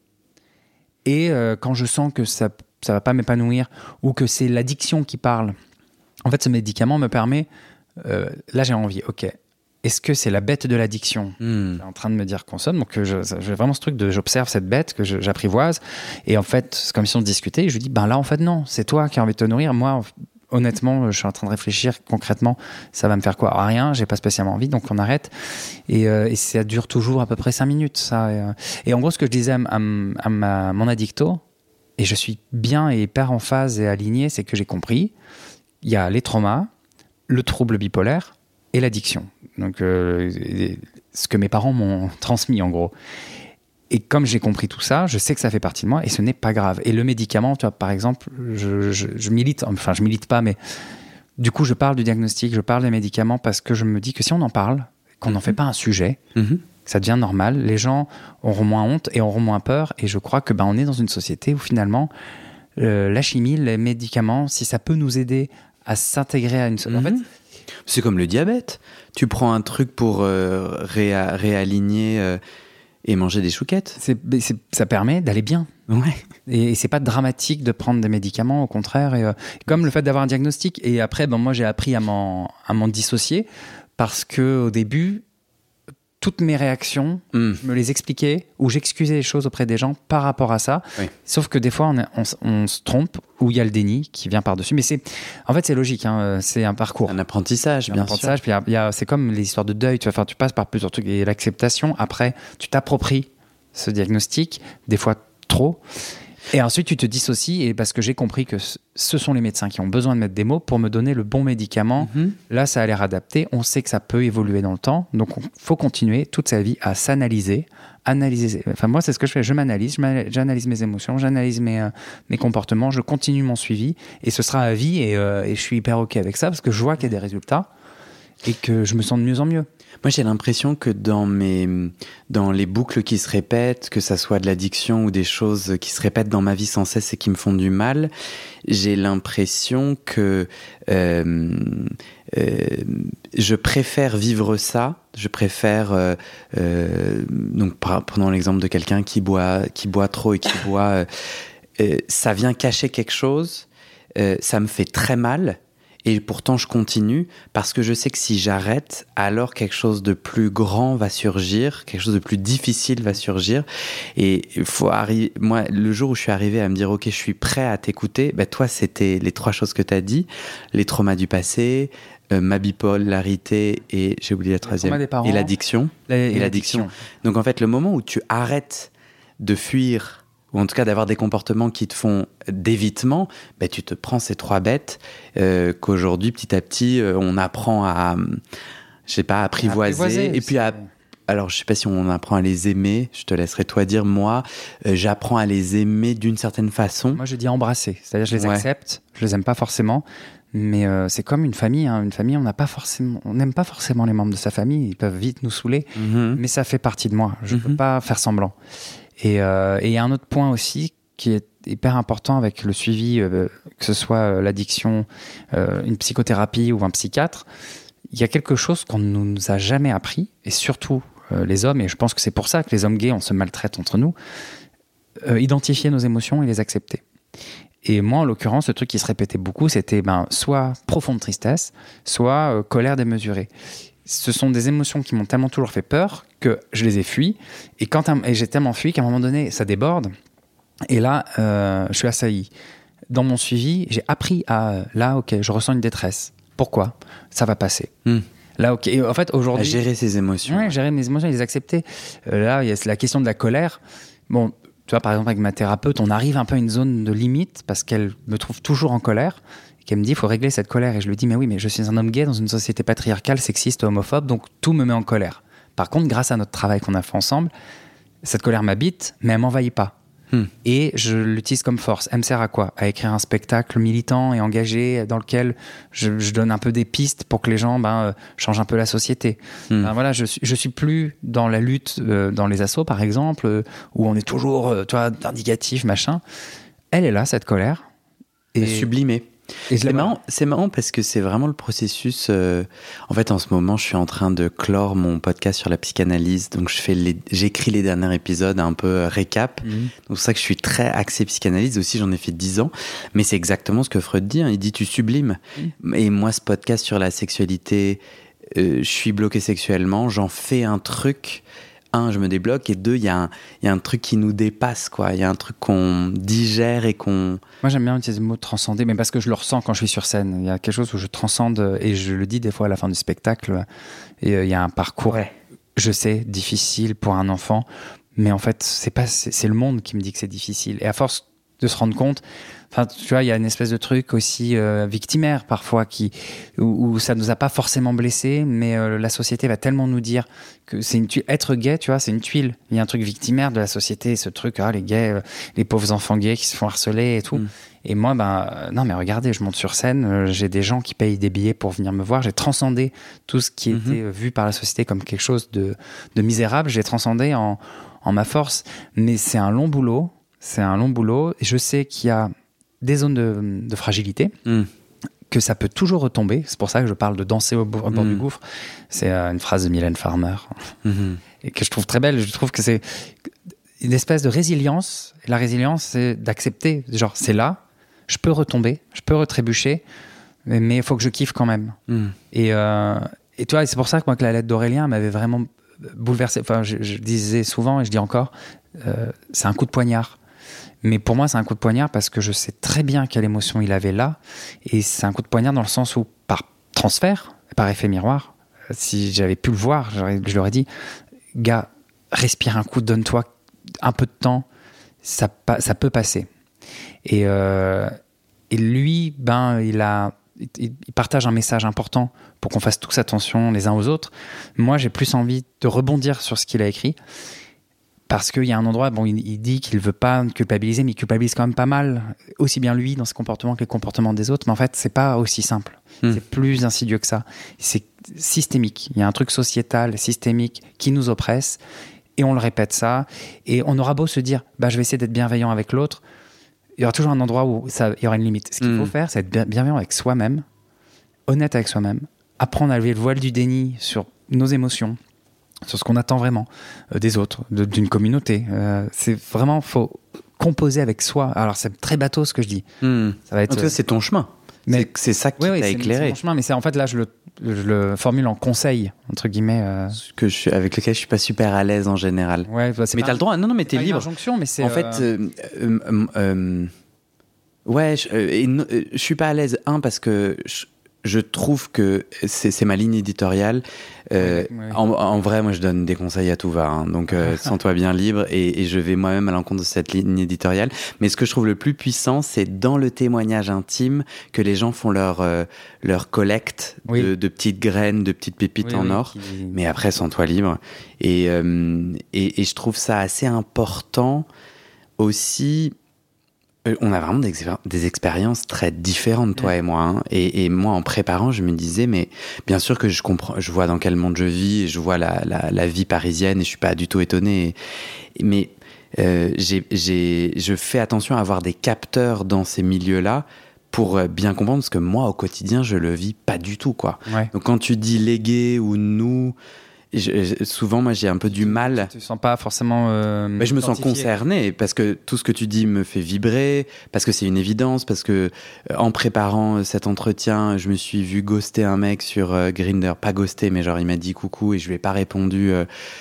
Et euh, quand je sens que ça ne va pas m'épanouir ou que c'est l'addiction qui parle, en fait, ce médicament me permet, euh, là j'ai envie, ok, est-ce que c'est la bête de l'addiction mmh. qui est en train de me dire consomme? Donc je, j'ai vraiment ce truc de j'observe cette bête que je, j'apprivoise, et en fait, c'est comme si on se discutait, et je lui dis, ben là en fait non, c'est toi qui as envie de te nourrir, moi... Honnêtement, je suis en train de réfléchir concrètement, ça va me faire quoi? Ah, rien, j'ai pas spécialement envie, donc on arrête. Et, euh, et ça dure toujours à peu près cinq minutes. Ça. Et, euh, et en gros, ce que je disais à, à, à ma, mon addicto, et je suis bien et hyper en phase et aligné, c'est que j'ai compris, il y a les traumas, le trouble bipolaire et l'addiction. Donc, euh, ce que mes parents m'ont transmis, en gros. Et comme j'ai compris tout ça, je sais que ça fait partie de moi et ce n'est pas grave. Et le médicament, tu vois, par exemple, je, je, je milite, enfin je milite pas, mais du coup je parle du diagnostic, je parle des médicaments parce que je me dis que si on en parle, qu'on n'en fait pas un sujet, mm-hmm. ça devient normal, les gens auront moins honte et auront moins peur. Et je crois que ben, on est dans une société où finalement euh, la chimie, les médicaments, si ça peut nous aider à s'intégrer à une... Mm-hmm. En fait, c'est comme le diabète. Tu prends un truc pour euh, réa- réaligner... Euh... Et manger des chouquettes. C'est, c'est, ça permet d'aller bien. Ouais. Et, et c'est pas dramatique de prendre des médicaments, au contraire. Et, euh, comme le fait d'avoir un diagnostic. Et après, ben, moi, j'ai appris à m'en, à m'en dissocier parce qu'au début, toutes mes réactions, mm. je me les expliquais ou j'excusais les choses auprès des gens par rapport à ça. Oui. Sauf que des fois, on, on, on se trompe ou il y a le déni qui vient par-dessus. Mais c'est, en fait, c'est logique. Hein, c'est un parcours. Un apprentissage, un bien apprentissage, sûr. Puis y a, y a, c'est comme les histoires de deuil. Tu, vois, enfin, tu passes par plusieurs trucs. Et l'acceptation, après, tu t'appropries ce diagnostic, des fois trop. Et ensuite, tu te dissocies, et parce que j'ai compris que ce sont les médecins qui ont besoin de mettre des mots pour me donner le bon médicament. Mm-hmm. Là, ça a l'air adapté. On sait que ça peut évoluer dans le temps. Donc, il faut continuer toute sa vie à s'analyser. Analyser. Enfin, moi, c'est ce que je fais. Je m'analyse, je m'analyse j'analyse mes émotions, j'analyse mes, euh, mes comportements, je continue mon suivi. Et ce sera à vie. Et, euh, et je suis hyper OK avec ça parce que je vois qu'il y a des résultats et que je me sens de mieux en mieux. Moi, j'ai l'impression que dans mes, dans les boucles qui se répètent, que ça soit de l'addiction ou des choses qui se répètent dans ma vie sans cesse et qui me font du mal, j'ai l'impression que euh, euh, je préfère vivre ça. Je préfère, euh, euh, donc prenons l'exemple de quelqu'un qui boit, qui boit trop et qui boit, euh, euh, ça vient cacher quelque chose, euh, ça me fait très mal. Et pourtant, je continue parce que je sais que si j'arrête, alors quelque chose de plus grand va surgir, quelque chose de plus difficile va surgir. Et il faut arriver. Moi, le jour où je suis arrivé à me dire, ok, je suis prêt à t'écouter, ben toi, c'était les trois choses que tu as dit, les traumas du passé, euh, ma bipolarité et j'ai oublié la troisième, et l'addiction. La, et, et l'addiction. l'addiction. Donc en fait, le moment où tu arrêtes de fuir, ou en tout cas d'avoir des comportements qui te font d'évitement, ben tu te prends ces trois bêtes euh, qu'aujourd'hui, petit à petit, euh, on apprend à, je sais pas, apprivoiser. apprivoiser et puis, à, alors je sais pas si on apprend à les aimer, je te laisserai toi dire, moi, euh, j'apprends à les aimer d'une certaine façon. Moi, je dis embrasser, c'est-à-dire je les ouais. accepte, je les aime pas forcément, mais euh, c'est comme une famille, hein. Une famille, on n'a pas forcément, on n'aime pas forcément les membres de sa famille, ils peuvent vite nous saouler, mm-hmm. mais ça fait partie de moi, je mm-hmm. peux pas faire semblant. Et il euh, y a un autre point aussi qui est hyper important avec le suivi, euh, que ce soit euh, l'addiction, euh, une psychothérapie ou un psychiatre. Il y a quelque chose qu'on ne nous a jamais appris, et surtout euh, les hommes, et je pense que c'est pour ça que les hommes gays, on se maltraite entre nous, euh, identifier nos émotions et les accepter. Et moi, en l'occurrence, le truc qui se répétait beaucoup, c'était ben, soit profonde tristesse, soit euh, colère démesurée. Ce sont des émotions qui m'ont tellement toujours fait peur que je les ai fuies. Et, quand, et j'ai tellement fui qu'à un moment donné, ça déborde. Et là, euh, je suis assailli dans mon suivi, j'ai appris à, là, ok, je ressens une détresse. Pourquoi ? Ça va passer. Mm. Là, ok. Et en fait, aujourd'hui, à gérer ses émotions. Ouais, gérer mes émotions et les accepter. Euh, là, il y a la question de la colère. Bon, tu vois, par exemple, avec ma thérapeute, on arrive un peu à une zone de limite parce qu'elle me trouve toujours en colère et qu'elle me dit, il faut régler cette colère. Et je lui dis, mais oui, mais je suis un homme gay dans une société patriarcale, sexiste, homophobe, donc tout me met en colère. Par contre, grâce à notre travail qu'on a fait ensemble, cette colère m'habite, mais elle m'envahit pas. Hmm. Et je l'utilise comme force. Elle me sert à quoi ? À écrire un spectacle militant et engagé dans lequel je, je donne un peu des pistes pour que les gens ben, euh, changent un peu la société. Hmm. Ben, voilà, je, je suis plus dans la lutte euh, dans les assos, par exemple, euh, où on est toujours euh, tu vois, vindicatif, machin. Elle est là, cette colère. Et sublimée. Et c'est, marrant, c'est marrant parce que c'est vraiment le processus. Euh, en fait, en ce moment, je suis en train de clore mon podcast sur la psychanalyse. Donc, je fais les, j'écris les derniers épisodes un peu récap. Mmh. Donc, c'est pour ça que je suis très axé psychanalyse. Aussi, j'en ai fait dix ans. Mais c'est exactement ce que Freud dit. Hein. Il dit tu sublimes. Mmh. Et moi, ce podcast sur la sexualité, euh, je suis bloqué sexuellement. J'en fais un truc. Un, je me débloque, et deux, il y, y a un truc qui nous dépasse, quoi. Il y a un truc qu'on digère et qu'on... Moi, j'aime bien utiliser le mot transcender, mais parce que je le ressens quand je suis sur scène. Il y a quelque chose où je transcende, et je le dis des fois à la fin du spectacle, et euh, il y a un parcours, ouais. Je sais, difficile pour un enfant, mais en fait, c'est, pas, c'est, c'est le monde qui me dit que c'est difficile. Et à force de se rendre compte... Enfin, tu vois, il y a une espèce de truc aussi euh, victimaire parfois qui, où, où ça nous a pas forcément blessés, mais euh, la société va tellement nous dire que c'est une tuile. Être gay, tu vois, c'est une tuile. Il y a un truc victimaire de la société, ce truc, ah, les gays, euh, les pauvres enfants gays qui se font harceler et tout. Mm. Et moi, ben, euh, non, mais regardez, je monte sur scène, euh, j'ai des gens qui payent des billets pour venir me voir. J'ai transcendé tout ce qui mm-hmm. était euh, vu par la société comme quelque chose de, de misérable. J'ai transcendé en, en ma force. Mais c'est un long boulot. C'est un long boulot. Et je sais qu'il y a des zones de, de fragilité, mm. que ça peut toujours retomber. C'est pour ça que je parle de danser au bord, au bord mm. du gouffre. C'est euh, une phrase de Mylène Farmer, mm-hmm. et que je trouve très belle. Je trouve que c'est une espèce de résilience. La résilience, c'est d'accepter, genre, c'est là, je peux retomber, je peux retrébucher, mais il faut que je kiffe quand même. Mm. Et, euh, et tu vois, c'est pour ça que moi, que la lettre d'Aurélien m'avait vraiment bouleversé. Enfin, je, je disais souvent, et je dis encore, euh, c'est un coup de poignard. Mais pour moi, c'est un coup de poignard parce que je sais très bien quelle émotion il avait là. Et c'est un coup de poignard dans le sens où, par transfert, par effet miroir, si j'avais pu le voir, je leur ai dit, gars, respire un coup, donne-toi un peu de temps, ça, ça peut passer. Et, euh, et lui, ben, il, a, il partage un message important pour qu'on fasse tous attention les uns aux autres. Moi, j'ai plus envie de rebondir sur ce qu'il a écrit. Parce qu'il y a un endroit, bon, il, il dit qu'il ne veut pas culpabiliser, mais il culpabilise quand même pas mal, aussi bien lui dans ses comportements que les comportements des autres. Mais en fait, ce n'est pas aussi simple. Mmh. C'est plus insidieux que ça. C'est systémique. Il y a un truc sociétal, systémique, qui nous oppresse. Et on le répète ça. Et on aura beau se dire, bah, je vais essayer d'être bienveillant avec l'autre. Il y aura toujours un endroit où ça, il y aura une limite. Ce qu'il mmh. faut faire, c'est être bienveillant avec soi-même, honnête avec soi-même, apprendre à lever le voile du déni sur nos émotions, sur ce qu'on attend vraiment euh, des autres, de, d'une communauté. Euh, c'est vraiment, faut composer avec soi. Alors c'est très bateau ce que je dis. Mmh. Ça va être, en tout cas, c'est ton chemin. Mais c'est, c'est ça qui oui, oui, t'a c'est, éclairé. C'est mon chemin, mais c'est en fait là, je le, je le formule en conseil entre guillemets. Euh... Que je suis, avec lequel je suis pas super à l'aise en général. Ouais, bah, mais t'as le droit. Non, non, mais t'es libre. Injonction, mais c'est en euh... fait. Euh, euh, euh, ouais, je, euh, et, euh, je suis pas à l'aise. Un parce que je, je trouve que c'est, c'est ma ligne éditoriale. Euh, ouais, ouais. En, en vrai, moi, je donne des conseils à tout va. Hein, donc, euh, sens-toi bien libre et, et je vais moi-même à l'encontre de cette ligne éditoriale. Mais ce que je trouve le plus puissant, c'est dans le témoignage intime que les gens font leur, euh, leur collecte oui. de, de petites graines, de petites pépites oui, en oui, or. Qui... Mais après, sens-toi libre. Et, euh, et, et je trouve ça assez important aussi... On a vraiment des, expéri- des expériences très différentes, toi et moi. Hein. Et, et moi, en préparant, je me disais, mais bien sûr que je comprends, je vois dans quel monde je vis, et je vois la, la, la vie parisienne, et je suis pas du tout étonné. Et, mais euh, j'ai, j'ai, je fais attention à avoir des capteurs dans ces milieux-là pour bien comprendre, parce que moi, au quotidien, je le vis pas du tout, quoi. Ouais. Donc, quand tu dis légué ou nous... Je, souvent, moi, j'ai un peu du mal. Tu te sens pas forcément. Euh, mais je me sens concerné parce que tout ce que tu dis me fait vibrer, parce que c'est une évidence, parce que euh, en préparant cet entretien, je me suis vu ghoster un mec sur euh, Grindr, pas ghoster, mais genre il m'a dit coucou et je lui ai pas répondu. Euh,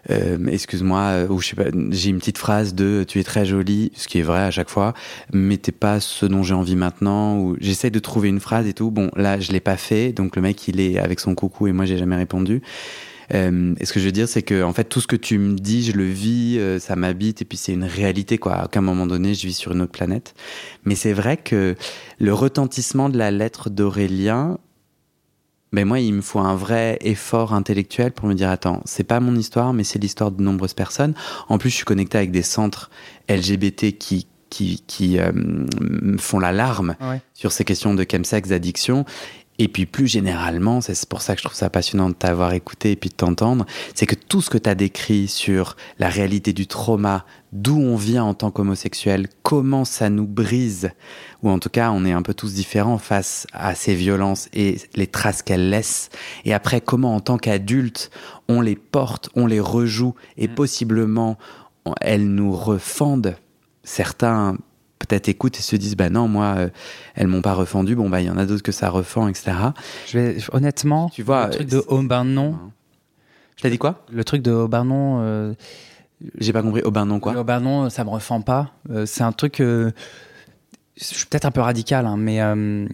euh, excuse-moi, ou je sais pas, j'ai une petite phrase de tu es très jolie, ce qui est vrai à chaque fois, mais t'es pas ce dont j'ai envie maintenant, ou j'essaie de trouver une phrase et tout. Bon, là, je l'ai pas fait, donc le mec, il est avec son coucou et moi, j'ai jamais répondu. Euh, et ce que je veux dire, c'est que en fait, tout ce que tu me dis, je le vis, euh, ça m'habite, et puis c'est une réalité, quoi. À un moment donné, je vis sur une autre planète. Mais c'est vrai que le retentissement de la lettre d'Aurélien, ben moi, il me faut un vrai effort intellectuel pour me dire, attends, c'est pas mon histoire, mais c'est l'histoire de nombreuses personnes. En plus, je suis connecté avec des centres L G B T qui qui qui euh, font l'alarme Ouais. sur ces questions de chemsex, d'addiction. Et puis plus généralement, c'est pour ça que je trouve ça passionnant de t'avoir écouté et puis de t'entendre, c'est que tout ce que tu as décrit sur la réalité du trauma, d'où on vient en tant qu'homosexuel, comment ça nous brise, ou en tout cas on est un peu tous différents face à ces violences et les traces qu'elles laissent, et après comment en tant qu'adultes on les porte, on les rejoue, et mmh. possiblement elles nous refendent. Certains peut-être écoutent et se disent bah non, moi euh, elles m'ont pas refendu, bon bah il y en a d'autres que ça refend, etc. Je vais, honnêtement, tu vois, le truc de oh ben non. Je t'ai dit quoi? Le truc de oh ben non. Euh, J'ai pas compris. Oh ben non quoi? Oh ben non, ça me refend pas. Euh, c'est un truc. Euh, je suis peut-être un peu radical, hein, mais euh,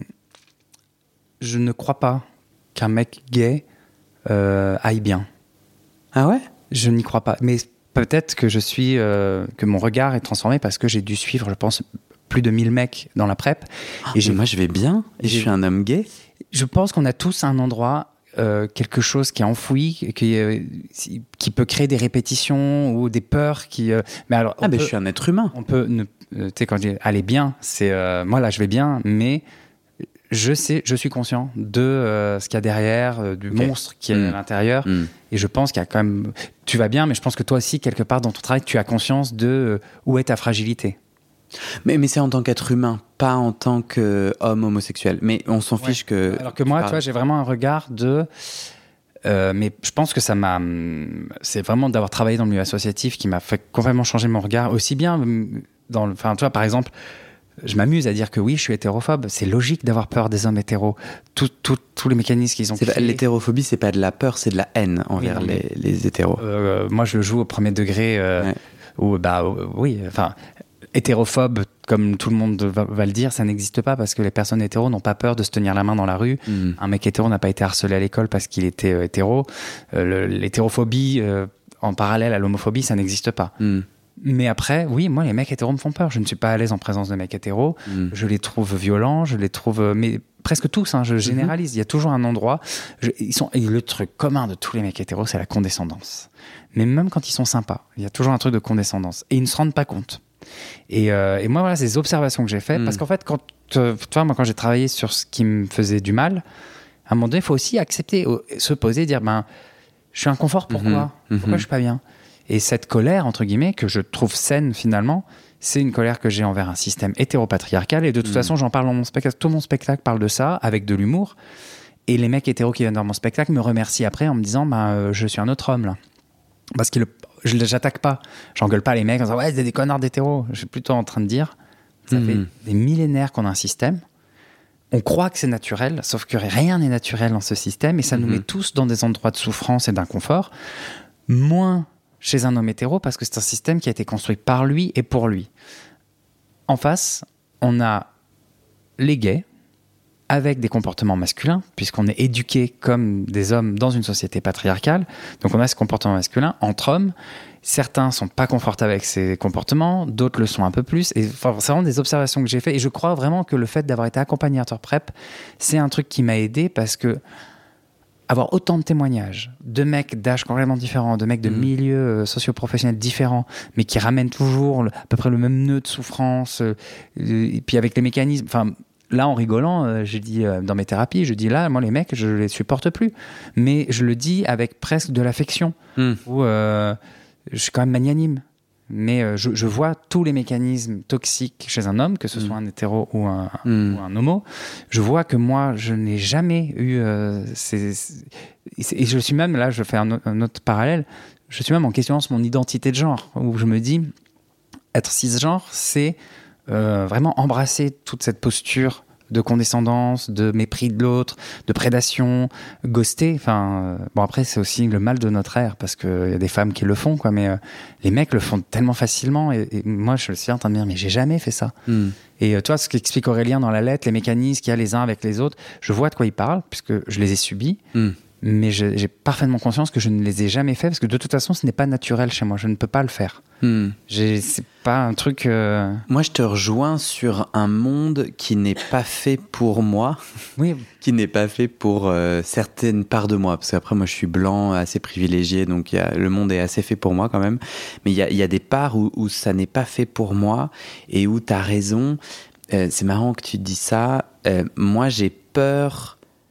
je ne crois pas qu'un mec gay euh, aille bien. Ah ouais? Je n'y crois pas. Mais peut-être que je suis, euh, que mon regard est transformé parce que j'ai dû suivre, je pense, plus de mille mecs dans la prep. Ah, et j'ai, moi, je vais bien. Et je suis un homme gay. Je pense qu'on a tous un endroit, euh, quelque chose qui est enfoui, qui, euh, qui peut créer des répétitions ou des peurs. Qui, euh, mais alors, ah, ben, je suis un être humain. On peut, ne, euh, tu sais, quand je dis aller bien, c'est euh, moi là, je vais bien, mais je sais, je suis conscient de euh, ce qu'il y a derrière, euh, du okay. monstre qui est mmh. à l'intérieur. Mmh. Et je pense qu'il y a quand même. Tu vas bien, mais je pense que toi aussi, quelque part dans ton travail, tu as conscience de euh, où est ta fragilité. Mais, mais c'est en tant qu'être humain, pas en tant qu'homme homosexuel. Mais on s'en ouais. fiche que. Alors que moi, tu vois, j'ai vraiment un regard de. Euh, mais je pense que ça m'a. C'est vraiment d'avoir travaillé dans le milieu associatif qui m'a fait complètement changer mon regard. Aussi bien dans le. Enfin, tu vois, par exemple. Je m'amuse à dire que oui, je suis hétérophobe. C'est logique d'avoir peur des hommes hétéros. Tous tout, tout les mécanismes qu'ils ont c'est créés. L'hétérophobie, c'est pas de la peur, c'est de la haine envers oui, les, les hétéros. Euh, moi, je le joue au premier degré. Euh, ouais. Où, bah, euh, oui, enfin, hétérophobe, comme tout le monde va, va le dire, ça n'existe pas parce que les personnes hétéros n'ont pas peur de se tenir la main dans la rue. Mm. Un mec hétéro n'a pas été harcelé à l'école parce qu'il était euh, hétéro. Euh, le, l'hétérophobie, euh, en parallèle à l'homophobie, ça n'existe pas. Mm. Mais après, oui, moi, les mecs hétéros me font peur. Je ne suis pas à l'aise en présence de mecs hétéros. Mm. Je les trouve violents, je les trouve... Mais presque tous, hein, je généralise. Mm-hmm. Il y a toujours un endroit... Je, ils sont, et le truc commun de tous les mecs hétéros, c'est la condescendance. Mais même quand ils sont sympas, il y a toujours un truc de condescendance. Et ils ne se rendent pas compte. Et, euh, et moi, voilà, c'est des observations que j'ai faites. Mm. Parce qu'en fait, quand, euh, tu vois, moi, quand j'ai travaillé sur ce qui me faisait du mal, à un moment donné, il faut aussi accepter, se poser et dire, ben, je suis inconfort, pourquoi mm-hmm. Pourquoi mm-hmm. je suis pas bien? Et cette colère, entre guillemets, que je trouve saine finalement, c'est une colère que j'ai envers un système hétéropatriarcal. Et de toute mmh. façon, j'en parle dans mon spectacle. Tout mon spectacle parle de ça, avec de l'humour. Et les mecs hétéros qui viennent dans mon spectacle me remercient après en me disant bah, euh, je suis un autre homme, là. Parce que le, je j'attaque pas. J'engueule pas les mecs en disant ouais, c'est des connards d'hétéros. Je suis plutôt en train de dire ça mmh. fait des millénaires qu'on a un système. On croit que c'est naturel, sauf que rien n'est naturel dans ce système. Et ça mmh. nous met tous dans des endroits de souffrance et d'inconfort. Moins chez un homme hétéro, parce que c'est un système qui a été construit par lui et pour lui. En face, on a les gays, avec des comportements masculins, puisqu'on est éduqués comme des hommes dans une société patriarcale. Donc on a ce comportement masculin entre hommes. Certains ne sont pas confortables avec ces comportements, d'autres le sont un peu plus. Et enfin, c'est vraiment des observations que j'ai faites. Et je crois vraiment que le fait d'avoir été accompagnateur PrEP, c'est un truc qui m'a aidé, parce que avoir autant de témoignages de mecs d'âge complètement différents, de mecs de mmh. milieux euh, socio-professionnels différents, mais qui ramènent toujours le, à peu près le même nœud de souffrance, euh, et puis avec les mécanismes... Enfin, là, en rigolant, euh, j'ai dit euh, dans mes thérapies, je dis là, moi, les mecs, je les supporte plus. Mais je le dis avec presque de l'affection, mmh. où euh, je suis quand même magnanime. Mais euh, je, je vois tous les mécanismes toxiques chez un homme, que ce mmh. soit un hétéro ou un, mmh. ou un homo. Je vois que moi, je n'ai jamais eu... Euh, ces, ces, et je suis même, là, je fais un, un autre parallèle, je suis même en questionnant mon identité de genre, où je me dis, être cisgenre, c'est euh, vraiment embrasser toute cette posture de condescendance, de mépris de l'autre, de prédation, ghosté. Enfin, euh, bon après c'est aussi le mal de notre ère parce qu'il y a des femmes qui le font, quoi. Mais euh, les mecs le font tellement facilement et, et moi je suis en train de me dire mais j'ai jamais fait ça. Mm. Et euh, toi, ce qu'explique Aurélien dans la lettre, les mécanismes qu'il y a les uns avec les autres, je vois de quoi il parle puisque je les ai subis. Mm. Mais je, j'ai parfaitement conscience que je ne les ai jamais faits parce que de toute façon, ce n'est pas naturel chez moi. Je ne peux pas le faire. Hmm. J'ai, c'est pas un truc... Euh... Moi, je te rejoins sur un monde qui n'est pas fait pour moi, oui. qui n'est pas fait pour euh, certaines parts de moi. Parce qu'après, moi, je suis blanc, assez privilégié, donc y a, le monde est assez fait pour moi quand même. Mais il y a, y a des parts où, où ça n'est pas fait pour moi et où tu as raison. Euh, c'est marrant que tu dis ça. Euh, moi, j'ai peur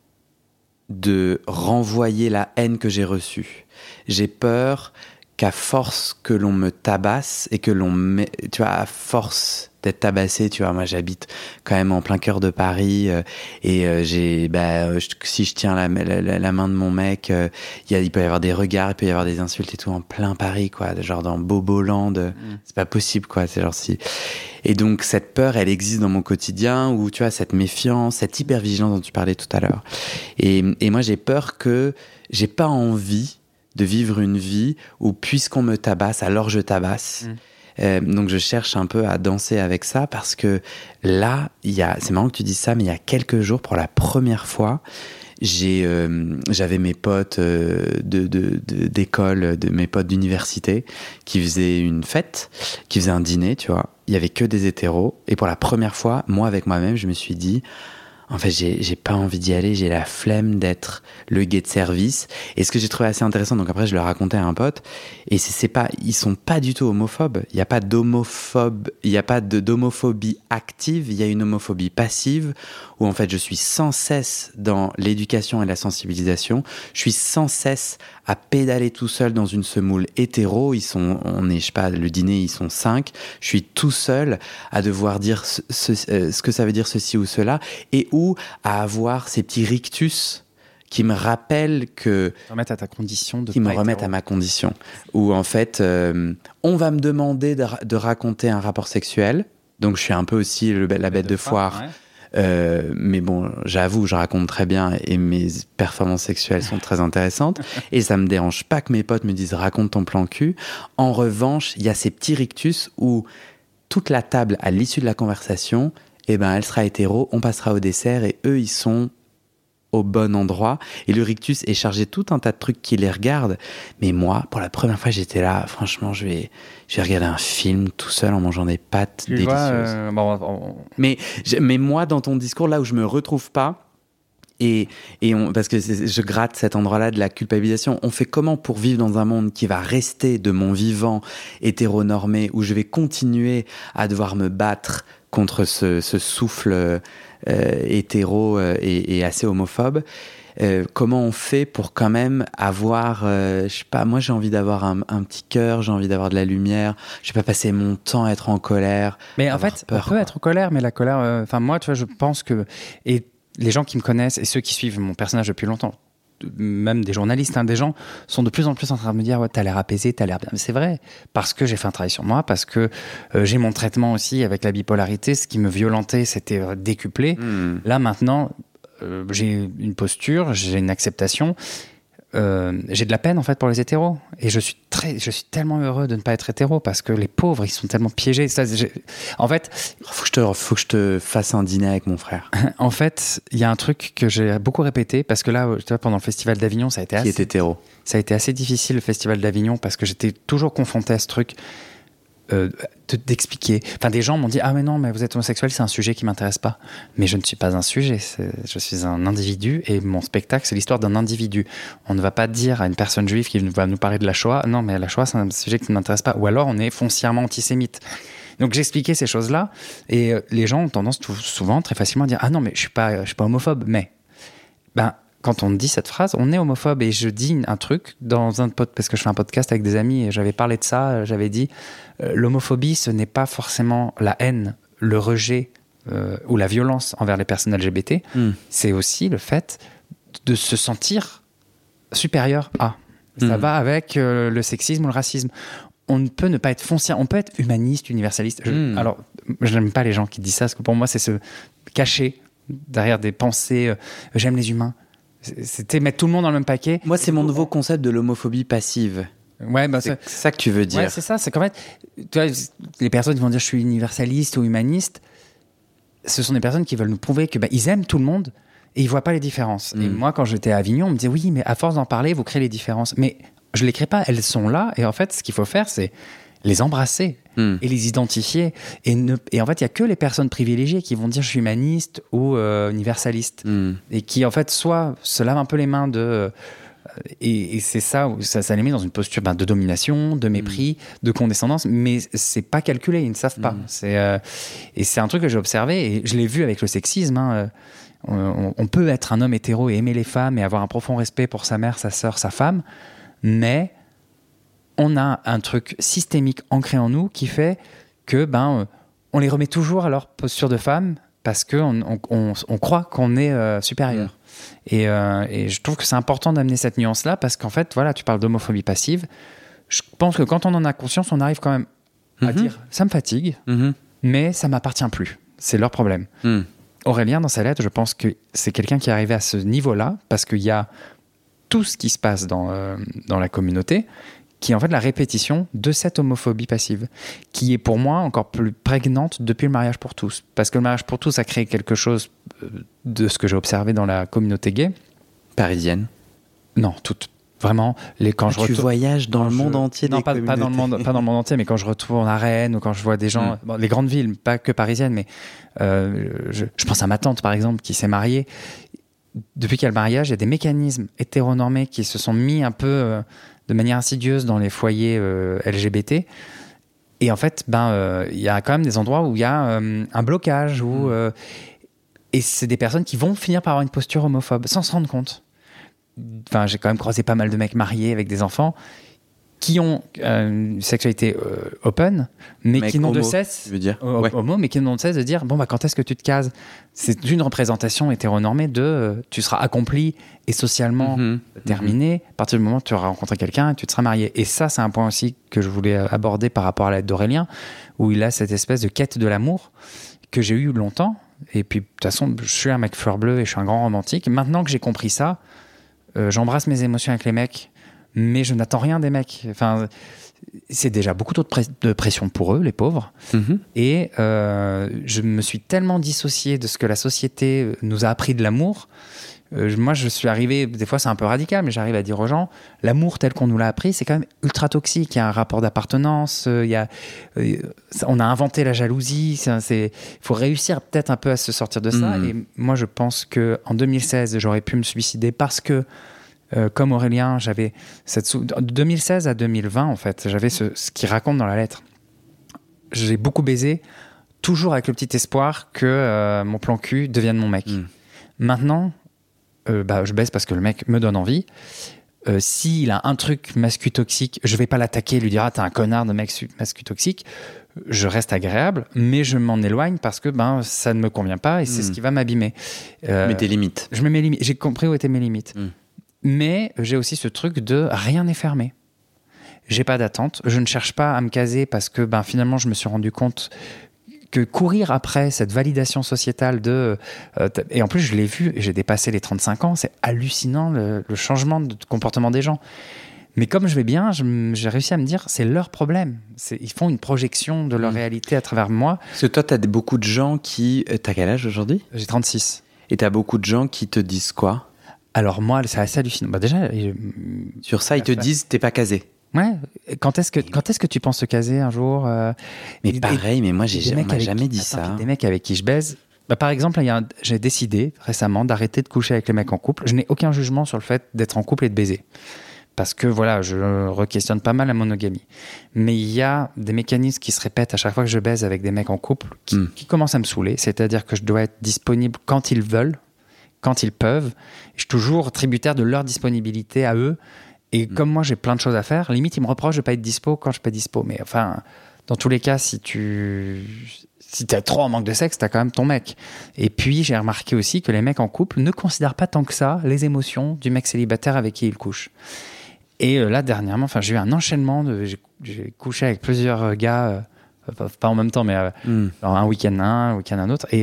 de renvoyer la haine que j'ai reçue. J'ai peur qu'à force que l'on me tabasse et que l'on met, tu vois, à force d'être tabassé, tu vois, moi j'habite quand même en plein cœur de Paris euh, et euh, j'ai, bah, je, si je tiens la, la, la main de mon mec, euh, y a, il peut y avoir des regards, il peut y avoir des insultes et tout en plein Paris, quoi, genre dans Boboland, mmh. c'est pas possible, quoi, c'est genre si. Et donc cette peur, elle existe dans mon quotidien où tu vois cette méfiance, cette hypervigilance dont tu parlais tout à l'heure. Et, et moi j'ai peur que j'ai pas envie de vivre une vie où puisqu'on me tabasse, alors je tabasse. Mmh. Euh, donc je cherche un peu à danser avec ça parce que là, il y a, c'est marrant que tu dises ça, mais il y a quelques jours, pour la première fois, j'ai, euh, j'avais mes potes euh, de, de, de, d'école, de mes potes d'université qui faisaient une fête, qui faisaient un dîner, tu vois. Il y avait que des hétéros et pour la première fois, moi avec moi-même, je me suis dit... En fait, j'ai, j'ai pas envie d'y aller, j'ai la flemme d'être le gay de service. Et ce que j'ai trouvé assez intéressant, donc après je le racontais à un pote, et c'est, c'est pas, ils sont pas du tout homophobes. Il y a pas d'homophobe, il y a pas de, d'homophobie active, il y a une homophobie passive, où en fait je suis sans cesse dans l'éducation et la sensibilisation. Je suis sans cesse à pédaler tout seul dans une semoule hétéro. Ils sont, on est, je sais pas, le dîner, ils sont cinq. Je suis tout seul à devoir dire ce, ce, euh, ce que ça veut dire ceci ou cela, et ou à avoir ces petits rictus qui me rappellent que... Remettre à ta condition de Qui me remettent hétéro. À ma condition. Où en fait, euh, on va me demander de, de raconter un rapport sexuel. Donc je suis un peu aussi le, la bête de, de foire. foire. Ouais. Euh, mais bon, j'avoue, je raconte très bien et mes performances sexuelles sont très intéressantes. Et ça me dérange pas que mes potes me disent « raconte ton plan cul ». En revanche, il y a ces petits rictus où toute la table, à l'issue de la conversation... eh ben, elle sera hétéro, on passera au dessert et eux, ils sont au bon endroit. Et le rictus est chargé de tout un tas de trucs qui les regardent. Mais moi, pour la première fois, j'étais là, franchement, je vais, je vais regarder un film tout seul en mangeant des pâtes tu délicieuses. Vois, euh, bon, on... mais, mais moi, dans ton discours, là où je me retrouve pas, et, et on, parce que je gratte cet endroit-là de la culpabilisation, on fait comment pour vivre dans un monde qui va rester de mon vivant hétéronormé, où je vais continuer à devoir me battre contre ce, ce souffle euh, hétéro euh, et, et assez homophobe. Euh, comment on fait pour quand même avoir, euh, je sais pas, moi j'ai envie d'avoir un, un petit cœur, j'ai envie d'avoir de la lumière, je vais pas passer mon temps à être en colère. Mais en fait, peur, on peut quoi. être en colère, mais la colère, enfin euh, moi, tu vois, je pense que, et les gens qui me connaissent et ceux qui suivent mon personnage depuis longtemps, même des journalistes, hein, des gens sont de plus en plus en train de me dire ouais, t'as l'air apaisé, t'as l'air bien. Mais c'est vrai, parce que j'ai fait un travail sur moi, parce que euh, j'ai mon traitement aussi avec la bipolarité, ce qui me violentait, c'était euh, décuplé. Mmh. Là maintenant, euh, j'ai une posture, j'ai une acceptation. Euh, j'ai de la peine en fait pour les hétéros et je suis très, je suis tellement heureux de ne pas être hétéro parce que les pauvres ils sont tellement piégés. Ça, en fait, faut que je te, faut que je te fasse un dîner avec mon frère. En fait, il y a un truc que j'ai beaucoup répété parce que là, tu vois, pendant le festival d'Avignon, ça a été qui assez, est hétéro. Ça a été assez difficile le festival d'Avignon parce que j'étais toujours confronté à ce truc. Euh, de, d'expliquer. Enfin, des gens m'ont dit « Ah mais non, mais vous êtes homosexuel, c'est un sujet qui m'intéresse pas. » Mais je ne suis pas un sujet, c'est, je suis un individu et mon spectacle, c'est l'histoire d'un individu. On ne va pas dire à une personne juive qui va nous parler de la Shoah « Non, mais la Shoah, c'est un sujet qui ne m'intéresse pas. » Ou alors, on est foncièrement antisémite. Donc, j'expliquais ces choses-là et euh, les gens ont tendance tout, souvent, très facilement à dire « Ah non, mais je ne suis pas, je suis pas homophobe. » Mais, ben... quand on dit cette phrase, on est homophobe. Et je dis un truc dans un pod, parce que je fais un podcast avec des amis et j'avais parlé de ça. J'avais dit euh, l'homophobie, ce n'est pas forcément la haine, le rejet euh, ou la violence envers les personnes L G B T. Mm. C'est aussi le fait de se sentir supérieur à. Ça mm. va avec euh, le sexisme ou le racisme. On ne peut ne pas être foncier, on peut être humaniste, universaliste. Je, mm. Alors, je n'aime pas les gens qui disent ça, parce que pour moi, c'est se cacher derrière des pensées euh, j'aime les humains. C'était mettre tout le monde dans le même paquet. Moi, c'est mon nouveau concept de l'homophobie passive. Ouais, bah, c'est, c'est ça que tu veux dire. Ouais, c'est ça. C'est qu'en fait, tu vois, les personnes qui vont dire je suis universaliste ou humaniste, ce sont des personnes qui veulent nous prouver que bah, ils aiment tout le monde et ils voient pas les différences. Mmh. Et moi, quand j'étais à Avignon, on me disait oui, mais à force d'en parler, vous créez les différences. Mais je les crée pas. Elles sont là. Et en fait, ce qu'il faut faire, c'est les embrasser mmh. et les identifier. Et, ne, et en fait, il y a que les personnes privilégiées qui vont dire je suis humaniste ou euh, universaliste mmh. et qui en fait soit se lavent un peu les mains de euh, et, et c'est ça, ça, ça les met dans une posture ben, de domination, de mépris, mmh. de condescendance, mais c'est pas calculé, ils ne savent pas. Mmh. C'est, euh, et c'est un truc que j'ai observé et je l'ai vu avec le sexisme. Hein. On, on peut être un homme hétéro et aimer les femmes et avoir un profond respect pour sa mère, sa sœur, sa femme, mais on a un truc systémique ancré en nous qui fait que ben on les remet toujours à leur posture de femme parce qu'on on, on, on croit qu'on est euh, supérieur. Mmh. Et, euh, et je trouve que c'est important d'amener cette nuance-là parce qu'en fait, voilà, tu parles d'homophobie passive. Je pense que quand on en a conscience, on arrive quand même à mmh. dire ça me fatigue, mmh. mais ça m'appartient plus. C'est leur problème. Mmh. Aurélien, dans sa lettre, je pense que c'est quelqu'un qui est arrivé à ce niveau-là parce qu'il y a tout ce qui se passe dans, euh, dans la communauté qui est en fait la répétition de cette homophobie passive, qui est pour moi encore plus prégnante depuis le mariage pour tous. Parce que le mariage pour tous a créé quelque chose de ce que j'ai observé dans la communauté gay. Parisienne ? Non, toute. Vraiment, les, quand ah, je tu retourne, voyages dans le je, monde entier non, des pas, communautés. Pas dans, le monde, pas dans le monde entier, mais quand je retourne à Rennes ou quand je vois des gens, mm. bon, les grandes villes, pas que parisiennes, mais euh, je, je pense à ma tante, par exemple, qui s'est mariée. Depuis qu'il y a le mariage, il y a des mécanismes hétéronormés qui se sont mis un peu euh, de manière insidieuse dans les foyers euh, L G B T. Et en fait, ben, euh, il y a quand même des endroits où il y a euh, un blocage. Où, euh, et c'est des personnes qui vont finir par avoir une posture homophobe sans se rendre compte. Enfin, j'ai quand même croisé pas mal de mecs mariés avec des enfants qui ont euh, une sexualité euh, open, mais Mec qui n'ont homo, de cesse, je veux dire. Euh, ouais. homo, mais qui n'ont de cesse de dire bon bah quand est-ce que tu te cases ? C'est une représentation hétéronormée de euh, tu seras accompli et socialement mm-hmm. terminé mm-hmm. à partir du moment où tu auras rencontré quelqu'un et tu te seras marié. Et ça, c'est un point aussi que je voulais aborder par rapport à la lettre d'Aurélien, où il a cette espèce de quête de l'amour que j'ai eu longtemps. Et puis de toute façon, je suis un mec fleur bleue et je suis un grand romantique. Maintenant que j'ai compris ça, euh, j'embrasse mes émotions avec les mecs. Mais je n'attends rien des mecs. Enfin, c'est déjà beaucoup trop de, pré- de pression pour eux, les pauvres. Mm-hmm. Et euh, je me suis tellement dissocié de ce que la société nous a appris de l'amour. Euh, moi, je suis arrivé, des fois c'est un peu radical, mais j'arrive à dire aux gens, l'amour tel qu'on nous l'a appris, c'est quand même ultra toxique. Il y a un rapport d'appartenance, euh, il y a, euh, on a inventé la jalousie. Il faut réussir peut-être un peu à se sortir de ça. Mm-hmm. Et moi, je pense qu'en deux mille seize, j'aurais pu me suicider parce que Euh, comme Aurélien, j'avais cette sou... de deux mille seize à deux mille vingt en fait, j'avais ce, ce qu'il raconte dans la lettre. J'ai beaucoup baisé, toujours avec le petit espoir que euh, mon plan cul devienne mon mec. Mm. Maintenant, euh, bah, je baisse parce que le mec me donne envie. Euh, s'il a un truc mascu toxique, je vais pas l'attaquer et lui dire ah t'es un connard de mec mascu toxique. Je reste agréable, mais je m'en éloigne parce que ben ça ne me convient pas et c'est mm. ce qui va m'abîmer. Euh, mais tes limites. Je mets mes limites. J'ai compris où étaient mes limites. Mm. Mais j'ai aussi ce truc de rien n'est fermé. J'ai pas d'attente. Je ne cherche pas à me caser parce que ben, finalement, je me suis rendu compte que courir après cette validation sociétale de... Euh, et en plus, je l'ai vu, j'ai dépassé les trente-cinq ans. C'est hallucinant le, le changement de comportement des gens. Mais comme je vais bien, je, j'ai réussi à me dire c'est leur problème. C'est, ils font une projection de leur mmh. réalité à travers moi. Parce que toi, tu as beaucoup de gens qui... T'as quel âge aujourd'hui ? J'ai trente-six. Et tu as beaucoup de gens qui te disent quoi ? Alors moi, c'est assez hallucinant. Bah déjà, euh, sur ça, ils te disent t'es pas casé. Ouais. Quand est-ce que quand est-ce que tu penses te caser un jour euh, Mais et, pareil, mais moi j'ai on m'a jamais dit attends, ça. Des mecs avec qui je baise. Bah, par exemple, il y a un, j'ai décidé récemment d'arrêter de coucher avec les mecs en couple. Je n'ai aucun jugement sur le fait d'être en couple et de baiser. Parce que voilà, je re-questionne pas mal la monogamie. Mais il y a des mécanismes qui se répètent à chaque fois que je baise avec des mecs en couple qui, mm. qui commencent à me saouler. C'est-à-dire que je dois être disponible quand ils veulent, quand ils peuvent. Je suis toujours tributaire de leur disponibilité à eux. Et mmh. comme moi, j'ai plein de choses à faire, limite, ils me reprochent de ne pas être dispo quand je ne suis pas dispo. Mais enfin, dans tous les cas, si tu si t'es trop en manque de sexe, tu as quand même ton mec. Et puis, j'ai remarqué aussi que les mecs en couple ne considèrent pas tant que ça les émotions du mec célibataire avec qui ils couchent. Et euh, là, dernièrement, enfin, j'ai eu un enchaînement. De, j'ai, j'ai couché avec plusieurs gars, euh, pas en même temps, mais euh, mmh. un week-end un, un week-end un autre. Et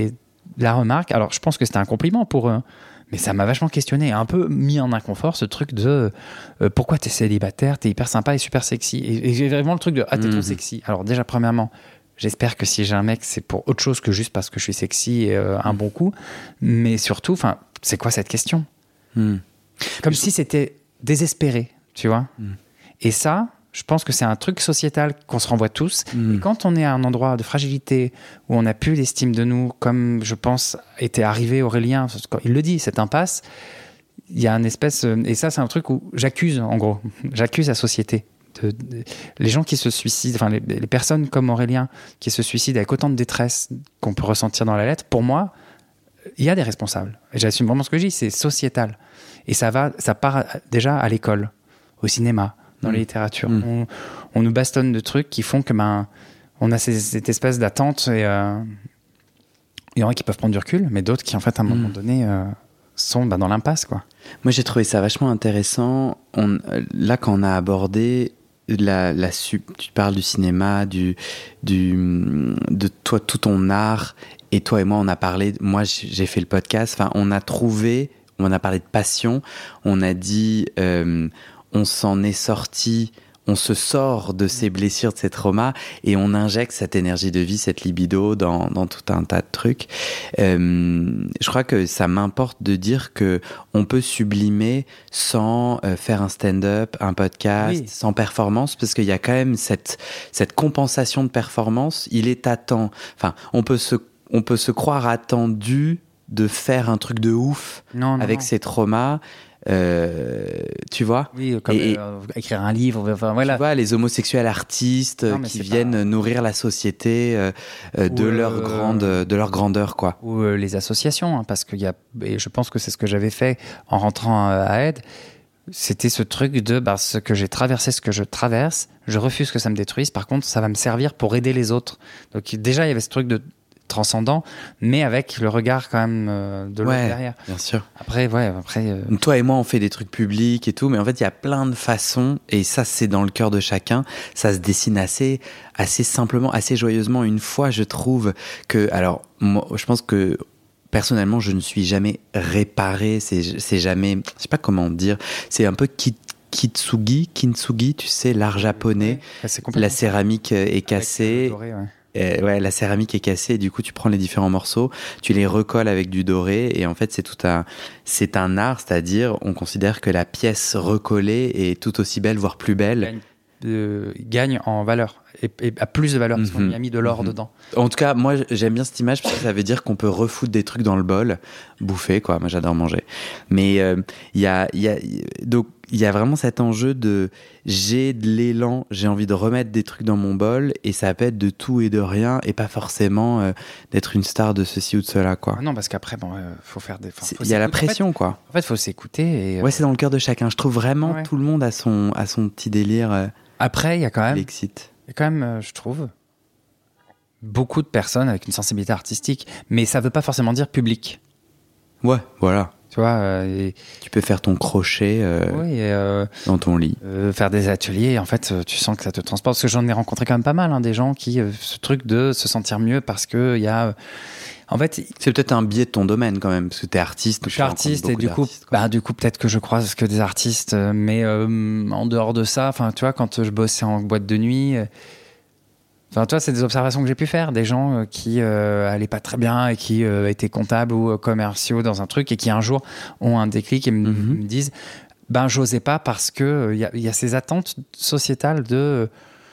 la remarque. Alors, je pense que c'était un compliment pour eux, mais ça m'a vachement questionné, un peu mis en inconfort ce truc de euh, pourquoi t'es célibataire, t'es hyper sympa et super sexy. Et, et j'ai vraiment le truc de ah, t'es mmh. trop sexy. Alors, déjà, premièrement, j'espère que si j'ai un mec, c'est pour autre chose que juste parce que je suis sexy et euh, un bon coup. Mais surtout, enfin, c'est quoi cette question ? mmh. Comme je... si c'était désespéré, tu vois. mmh. Et ça, je pense que c'est un truc sociétal qu'on se renvoie tous. Mmh. Et quand on est à un endroit de fragilité où on n'a plus l'estime de nous, comme je pense était arrivé Aurélien, il le dit, cette impasse, il y a une espèce... Et ça, c'est un truc où j'accuse, en gros, j'accuse la société. De, de, les gens qui se suicident, enfin les, les personnes comme Aurélien qui se suicident avec autant de détresse qu'on peut ressentir dans la lettre, pour moi, il y a des responsables. Et j'assume vraiment ce que je dis, c'est sociétal. Et ça, va, ça part déjà à l'école, au cinéma, dans mmh. les littératures. Mmh. On, on nous bastonne de trucs qui font que ben, on a ces, cette espèce d'attente et euh, il y en a qui peuvent prendre du recul, mais d'autres qui en fait à un moment mmh. donné euh, sont ben, dans l'impasse, quoi. Moi j'ai trouvé ça vachement intéressant. On, là quand on a abordé la, la tu parles du cinéma, du, du, de toi, tout ton art, et toi et moi on a parlé, moi j'ai fait le podcast, enfin on a trouvé, on a parlé de passion, on a dit euh, on s'en est sorti, on se sort de ces blessures, de ces traumas, et on injecte cette énergie de vie, cette libido dans, dans tout un tas de trucs. Euh, je crois que ça m'importe de dire que on peut sublimer sans euh, faire un stand-up, un podcast, oui. sans performance, parce qu'il y a quand même cette, cette compensation de performance. Il est à temps. Enfin, on peut se, on peut se croire attendu de faire un truc de ouf non, non, avec non. ses traumas. Euh, tu vois, oui, comme et, euh, écrire un livre, enfin voilà. Tu vois, les homosexuels artistes non, qui viennent pas... nourrir la société euh, euh, de euh, leur grande, de leur grandeur, quoi. Ou euh, les associations, hein, parce qu'il y a, et je pense que c'est ce que j'avais fait en rentrant à Aide. C'était ce truc de bah, ce que j'ai traversé, ce que je traverse, je refuse que ça me détruise. Par contre, ça va me servir pour aider les autres. Donc déjà, il y avait ce truc de transcendant, mais avec le regard quand même euh, de l'autre ouais, derrière. Bien sûr. Après, ouais, après. Euh... Toi et moi, on fait des trucs publics et tout, mais en fait, il y a plein de façons, et ça, c'est dans le cœur de chacun. Ça se dessine assez, assez simplement, assez joyeusement. Une fois, je trouve que, alors, moi, je pense que personnellement, je ne suis jamais réparé. C'est, c'est jamais, je sais pas comment dire. C'est un peu kit. Kitsugi, kintsugi, tu sais, l'art japonais. Ouais, c'est complètement... La céramique est cassée. Doré, ouais. Euh, ouais, la céramique est cassée, et du coup tu prends les différents morceaux, tu les recolles avec du doré, et en fait c'est tout un, c'est un art, c'est-à-dire on considère que la pièce recollée est tout aussi belle, voire plus belle. Gagne, euh, gagne en valeur, et, et a plus de valeur, parce mm-hmm. qu'on y a mis de l'or mm-hmm. dedans. En tout cas, moi j'aime bien cette image, parce que ça veut dire qu'on peut refoutre des trucs dans le bol, bouffer quoi, moi j'adore manger. Mais il euh, y a, y a, donc il y a vraiment cet enjeu de j'ai de l'élan, j'ai envie de remettre des trucs dans mon bol, et ça peut être de tout et de rien, et pas forcément euh, d'être une star de ceci ou de cela, quoi. Ah non, parce qu'après, bon, euh, faut faire des. Il y a la pression, en fait, quoi. En fait, faut s'écouter. Et, euh... Ouais, c'est dans le cœur de chacun. Je trouve vraiment ouais. tout le monde a son, a son petit délire. Euh, Après, il y a quand même. L'excite. Il y a quand même, euh, je trouve, beaucoup de personnes avec une sensibilité artistique, mais ça veut pas forcément dire public. Ouais, voilà. Tu vois, euh, et... tu peux faire ton crochet euh, oui, et euh, dans ton lit. Euh, faire des ateliers, en fait, tu sens que ça te transporte. Parce que j'en ai rencontré quand même pas mal, hein, des gens qui, euh, ce truc de se sentir mieux parce que il y a. Euh, en fait, c'est peut-être un biais de ton domaine quand même, parce que t'es artiste. Je suis artiste et du coup, bah, du coup, peut-être que je croise que des artistes, mais euh, en dehors de ça, enfin, tu vois, quand je bossais en boîte de nuit. Euh, Enfin, toi, c'est des observations que j'ai pu faire, des gens euh, qui euh, allaient pas très bien et qui euh, étaient comptables ou euh, commerciaux dans un truc et qui un jour ont un déclic et m- mm-hmm. me disent, ben j'osais pas parce que il euh, y, y a ces attentes sociétales de,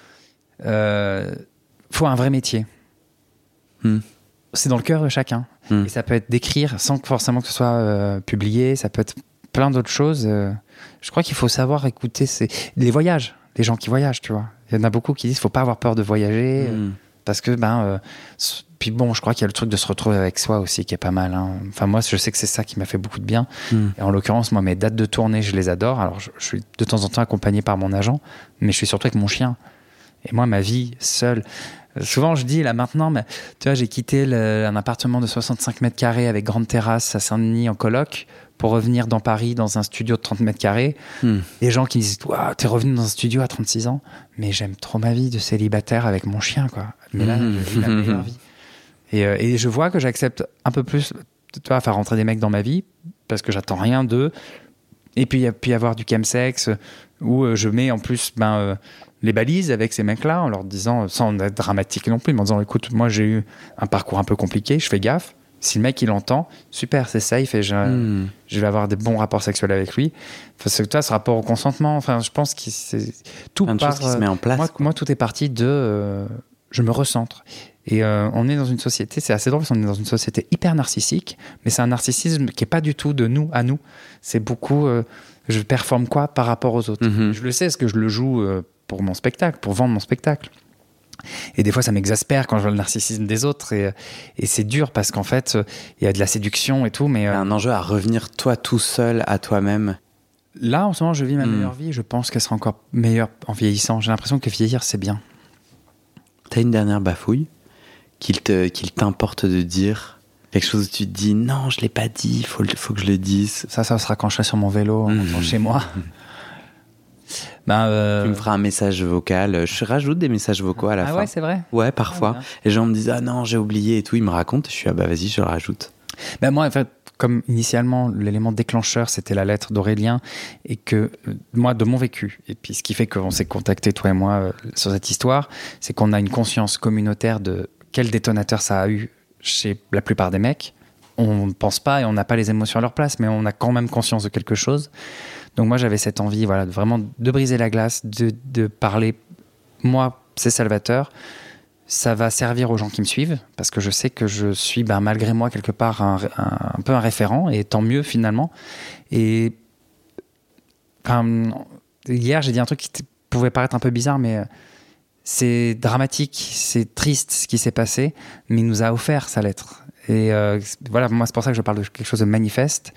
euh, faut un vrai métier. Mm. C'est dans le cœur de chacun mm. et ça peut être d'écrire sans forcément que ce soit euh, publié, ça peut être plein d'autres choses. Euh, je crois qu'il faut savoir écouter ces... les voyages, les gens qui voyagent, tu vois. Il y en a beaucoup qui disent faut pas avoir peur de voyager mmh. parce que ben euh, puis bon, je crois qu'il y a le truc de se retrouver avec soi aussi qui est pas mal, hein. Enfin moi je sais que c'est ça qui m'a fait beaucoup de bien mmh. et en l'occurrence moi mes dates de tournée je les adore. Alors je, je suis de temps en temps accompagné par mon agent, mais je suis surtout avec mon chien. Et moi ma vie seule, souvent je dis là maintenant, mais tu vois, j'ai quitté le, un appartement de soixante-cinq mètres carrés avec grande terrasse à Saint-Denis en coloc pour revenir dans Paris dans un studio de trente mètres carrés. Hmm. Des gens qui disent waouh, t'es revenu dans un studio à trente-six ans, mais j'aime trop ma vie de célibataire avec mon chien, quoi. Mais là, hmm. j'ai la meilleure vie. Et, euh, et je vois que j'accepte un peu plus, tu vois, faire rentrer des mecs dans ma vie parce que j'attends rien d'eux. Et puis, il peut y avoir du chemsex où euh, je mets en plus ben, euh, les balises avec ces mecs-là en leur disant, sans être dramatique non plus, mais en disant écoute, moi j'ai eu un parcours un peu compliqué, je fais gaffe. Si le mec il entend, super, c'est safe et je, mmh. je vais avoir des bons rapports sexuels avec lui. Enfin, c'est toi, ce rapport au consentement, enfin, je pense que c'est tout plein de part, choses qui se met en place. Moi, moi tout est parti de, euh, je me recentre. Et euh, on est dans une société, c'est assez drôle parce qu'on est dans une société hyper narcissique, mais c'est un narcissisme qui est pas du tout de nous à nous. C'est beaucoup, euh, je performe quoi par rapport aux autres. Mmh. Je le sais, parce que je le joue euh, pour mon spectacle, pour vendre mon spectacle. Et des fois, ça m'exaspère quand je vois le narcissisme des autres. Et, et c'est dur parce qu'en fait, il y a de la séduction et tout. Mais, il y a un enjeu à revenir toi tout seul à toi-même. Là, en ce moment, je vis ma mmh. meilleure vie. Je pense qu'elle sera encore meilleure en vieillissant. J'ai l'impression que vieillir, c'est bien. T'as une dernière bafouille qu'il, te, qu'il t'importe de dire? Quelque chose où tu te dis, non, je l'ai pas dit, il faut, faut que je le dise. Ça, ça sera quand je serai sur mon vélo, mmh. en chez moi. Ben euh... Tu me feras un message vocal. Je rajoute des messages vocaux à la ah fin. Ah ouais, c'est vrai. Ouais, parfois. Ah, les gens me disent ah non, j'ai oublié et tout. Ils me racontent. Je suis ah bah vas-y, je le rajoute. Ben moi, en fait, comme initialement l'élément déclencheur c'était la lettre d'Aurélien et que euh, moi de mon vécu et puis ce qui fait qu'on s'est contacté toi et moi euh, sur cette histoire, c'est qu'on a une conscience communautaire de quel détonateur ça a eu chez la plupart des mecs. On ne pense pas et on n'a pas les émotions à leur place, mais on a quand même conscience de quelque chose. Donc moi, j'avais cette envie, voilà, de vraiment de briser la glace, de, de parler. Moi, c'est salvateur. Ça va servir aux gens qui me suivent, parce que je sais que je suis, ben, malgré moi, quelque part, un, un, un peu un référent, et tant mieux, finalement. Et enfin, hier, j'ai dit un truc qui pouvait paraître un peu bizarre, mais c'est dramatique, c'est triste ce qui s'est passé, mais il nous a offert sa lettre. Et euh, voilà, moi, c'est pour ça que je parle de quelque chose de manifeste.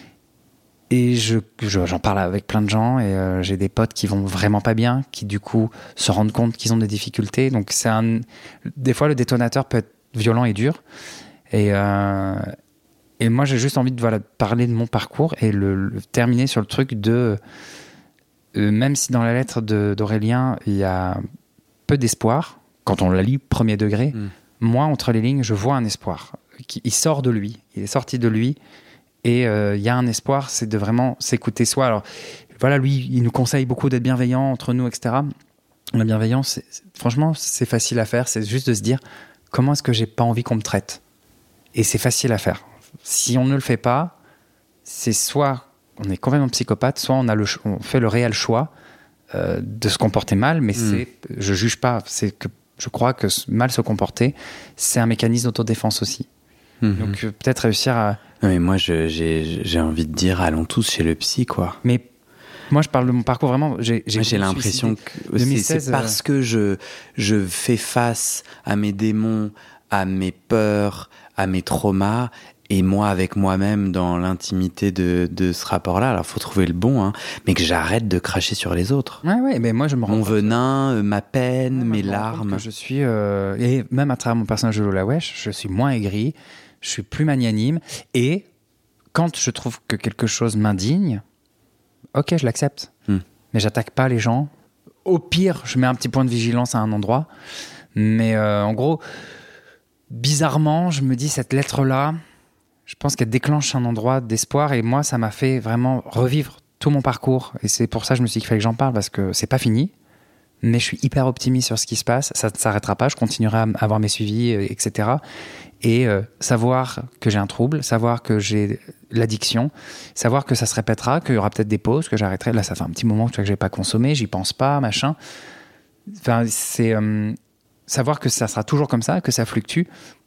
Et je, je, j'en parle avec plein de gens et euh, j'ai des potes qui vont vraiment pas bien, qui du coup se rendent compte qu'ils ont des difficultés. Donc c'est un, des fois le détonateur peut être violent et dur. Et, euh, et moi j'ai juste envie de voilà, parler de mon parcours et le, le terminer sur le truc de, euh, même si dans la lettre de, d'Aurélien il y a peu d'espoir, quand on la lit premier degré, mmh. moi entre les lignes je vois un espoir. Il sort de lui, il est sorti de lui. Et il euh, y a un espoir, c'est de vraiment s'écouter soi. Alors voilà, lui, il nous conseille beaucoup d'être bienveillants entre nous, et cetera. La bienveillance, c'est, c'est, franchement, c'est facile à faire. C'est juste de se dire, comment est-ce que j'ai pas envie qu'on me traite? Et c'est facile à faire. Si on ne le fait pas, c'est soit on est complètement psychopathe, soit on, a le, on fait le réel choix euh, de se comporter mal. Mais mmh. c'est, je juge pas. C'est que je crois que mal se comporter, c'est un mécanisme d'autodéfense aussi. Mmh. Donc euh, peut-être réussir à... Non mais moi je, j'ai, j'ai envie de dire allons tous chez le psy quoi. Mais moi je parle de mon parcours vraiment. J'ai, j'ai, moi, j'ai l'impression que c'est, c'est parce euh... que je, je fais face à mes démons, à mes peurs, à mes traumas et moi avec moi-même dans l'intimité de, de ce rapport-là. Alors faut trouver le bon, hein, mais que j'arrête de cracher sur les autres. Ouais ouais, mais moi je me rends mon compte venin, euh, ma peine, ouais, mes je larmes. Que je suis euh, et même à travers mon personnage de Lola Wesh, je suis moins aigri. Je suis plus magnanime et quand je trouve que quelque chose m'indigne, ok, je l'accepte. Mm. Mais j'attaque pas les gens. Au pire, je mets un petit point de vigilance à un endroit. Mais euh, en gros, bizarrement, je me dis cette lettre-là, je pense qu'elle déclenche un endroit d'espoir et moi, ça m'a fait vraiment revivre tout mon parcours. Et c'est pour ça que je me suis dit qu'il fallait que j'en parle parce que c'est pas fini. Mais je suis hyper optimiste sur ce qui se passe. Ça ne s'arrêtera pas. Je continuerai à avoir mes suivis, et cetera. Et euh, savoir que j'ai un trouble, savoir que j'ai l'addiction, savoir que ça se répétera, qu'il y aura peut-être des pauses, que j'arrêterai. Là, ça fait un petit moment que je n'ai pas consommé, j'y pense pas, machin. Enfin, c'est euh, savoir que ça sera toujours comme ça, que ça fluctue.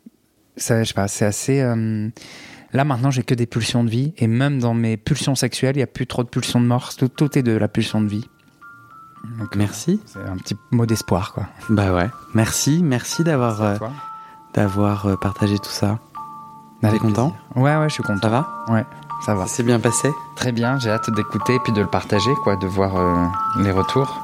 Ça, je sais pas, c'est assez... Euh... Là, maintenant, j'ai que des pulsions de vie. Et même dans mes pulsions sexuelles, il n'y a plus trop de pulsions de mort. Tout, tout est de la pulsion de vie. Donc, merci. C'est un petit mot d'espoir, quoi. Bah ouais. Merci, merci d'avoir, euh, d'avoir euh, partagé tout ça. T'es content ? Ouais, ouais, je suis content. Ça va ? Ouais, ça va. Ça s'est bien passé ? Très bien, j'ai hâte d'écouter et puis de le partager, quoi, de voir euh, les retours.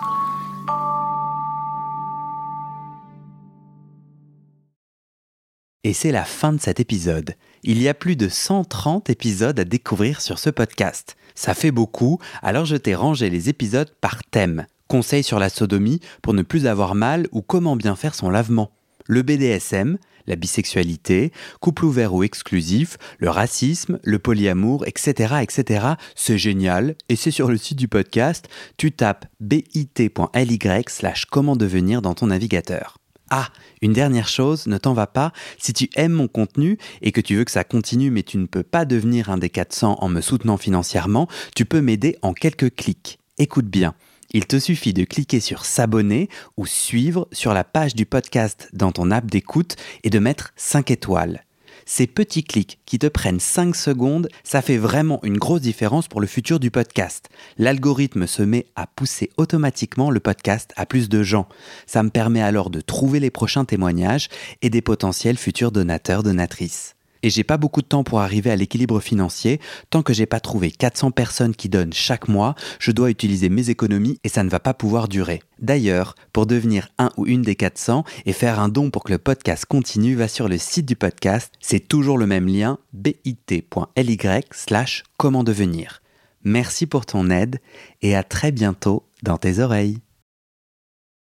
Et c'est la fin de cet épisode. Il y a plus de cent trente épisodes à découvrir sur ce podcast. Ça fait beaucoup, alors je t'ai rangé les épisodes par thème. Conseils sur la sodomie pour ne plus avoir mal ou comment bien faire son lavement. Le B D S M, la bisexualité, couple ouvert ou exclusif, le racisme, le polyamour, et cetera, et cetera. C'est génial et c'est sur le site du podcast. Tu tapes bit.ly slash comment devenir dans ton navigateur. Ah, une dernière chose, ne t'en va pas, si tu aimes mon contenu et que tu veux que ça continue mais tu ne peux pas devenir un des quatre cents en me soutenant financièrement, tu peux m'aider en quelques clics. Écoute bien, il te suffit de cliquer sur s'abonner ou suivre sur la page du podcast dans ton app d'écoute et de mettre cinq étoiles. Ces petits clics qui te prennent cinq secondes, ça fait vraiment une grosse différence pour le futur du podcast. L'algorithme se met à pousser automatiquement le podcast à plus de gens. Ça me permet alors de trouver les prochains témoignages et des potentiels futurs donateurs, donatrices. Et j'ai pas beaucoup de temps pour arriver à l'équilibre financier. Tant que j'ai pas trouvé quatre cents personnes qui donnent chaque mois, je dois utiliser mes économies et ça ne va pas pouvoir durer. D'ailleurs, pour devenir un ou une des quatre cents et faire un don pour que le podcast continue, va sur le site du podcast. C'est toujours le même lien, bit.ly slash comment devenir. Merci pour ton aide et à très bientôt dans tes oreilles.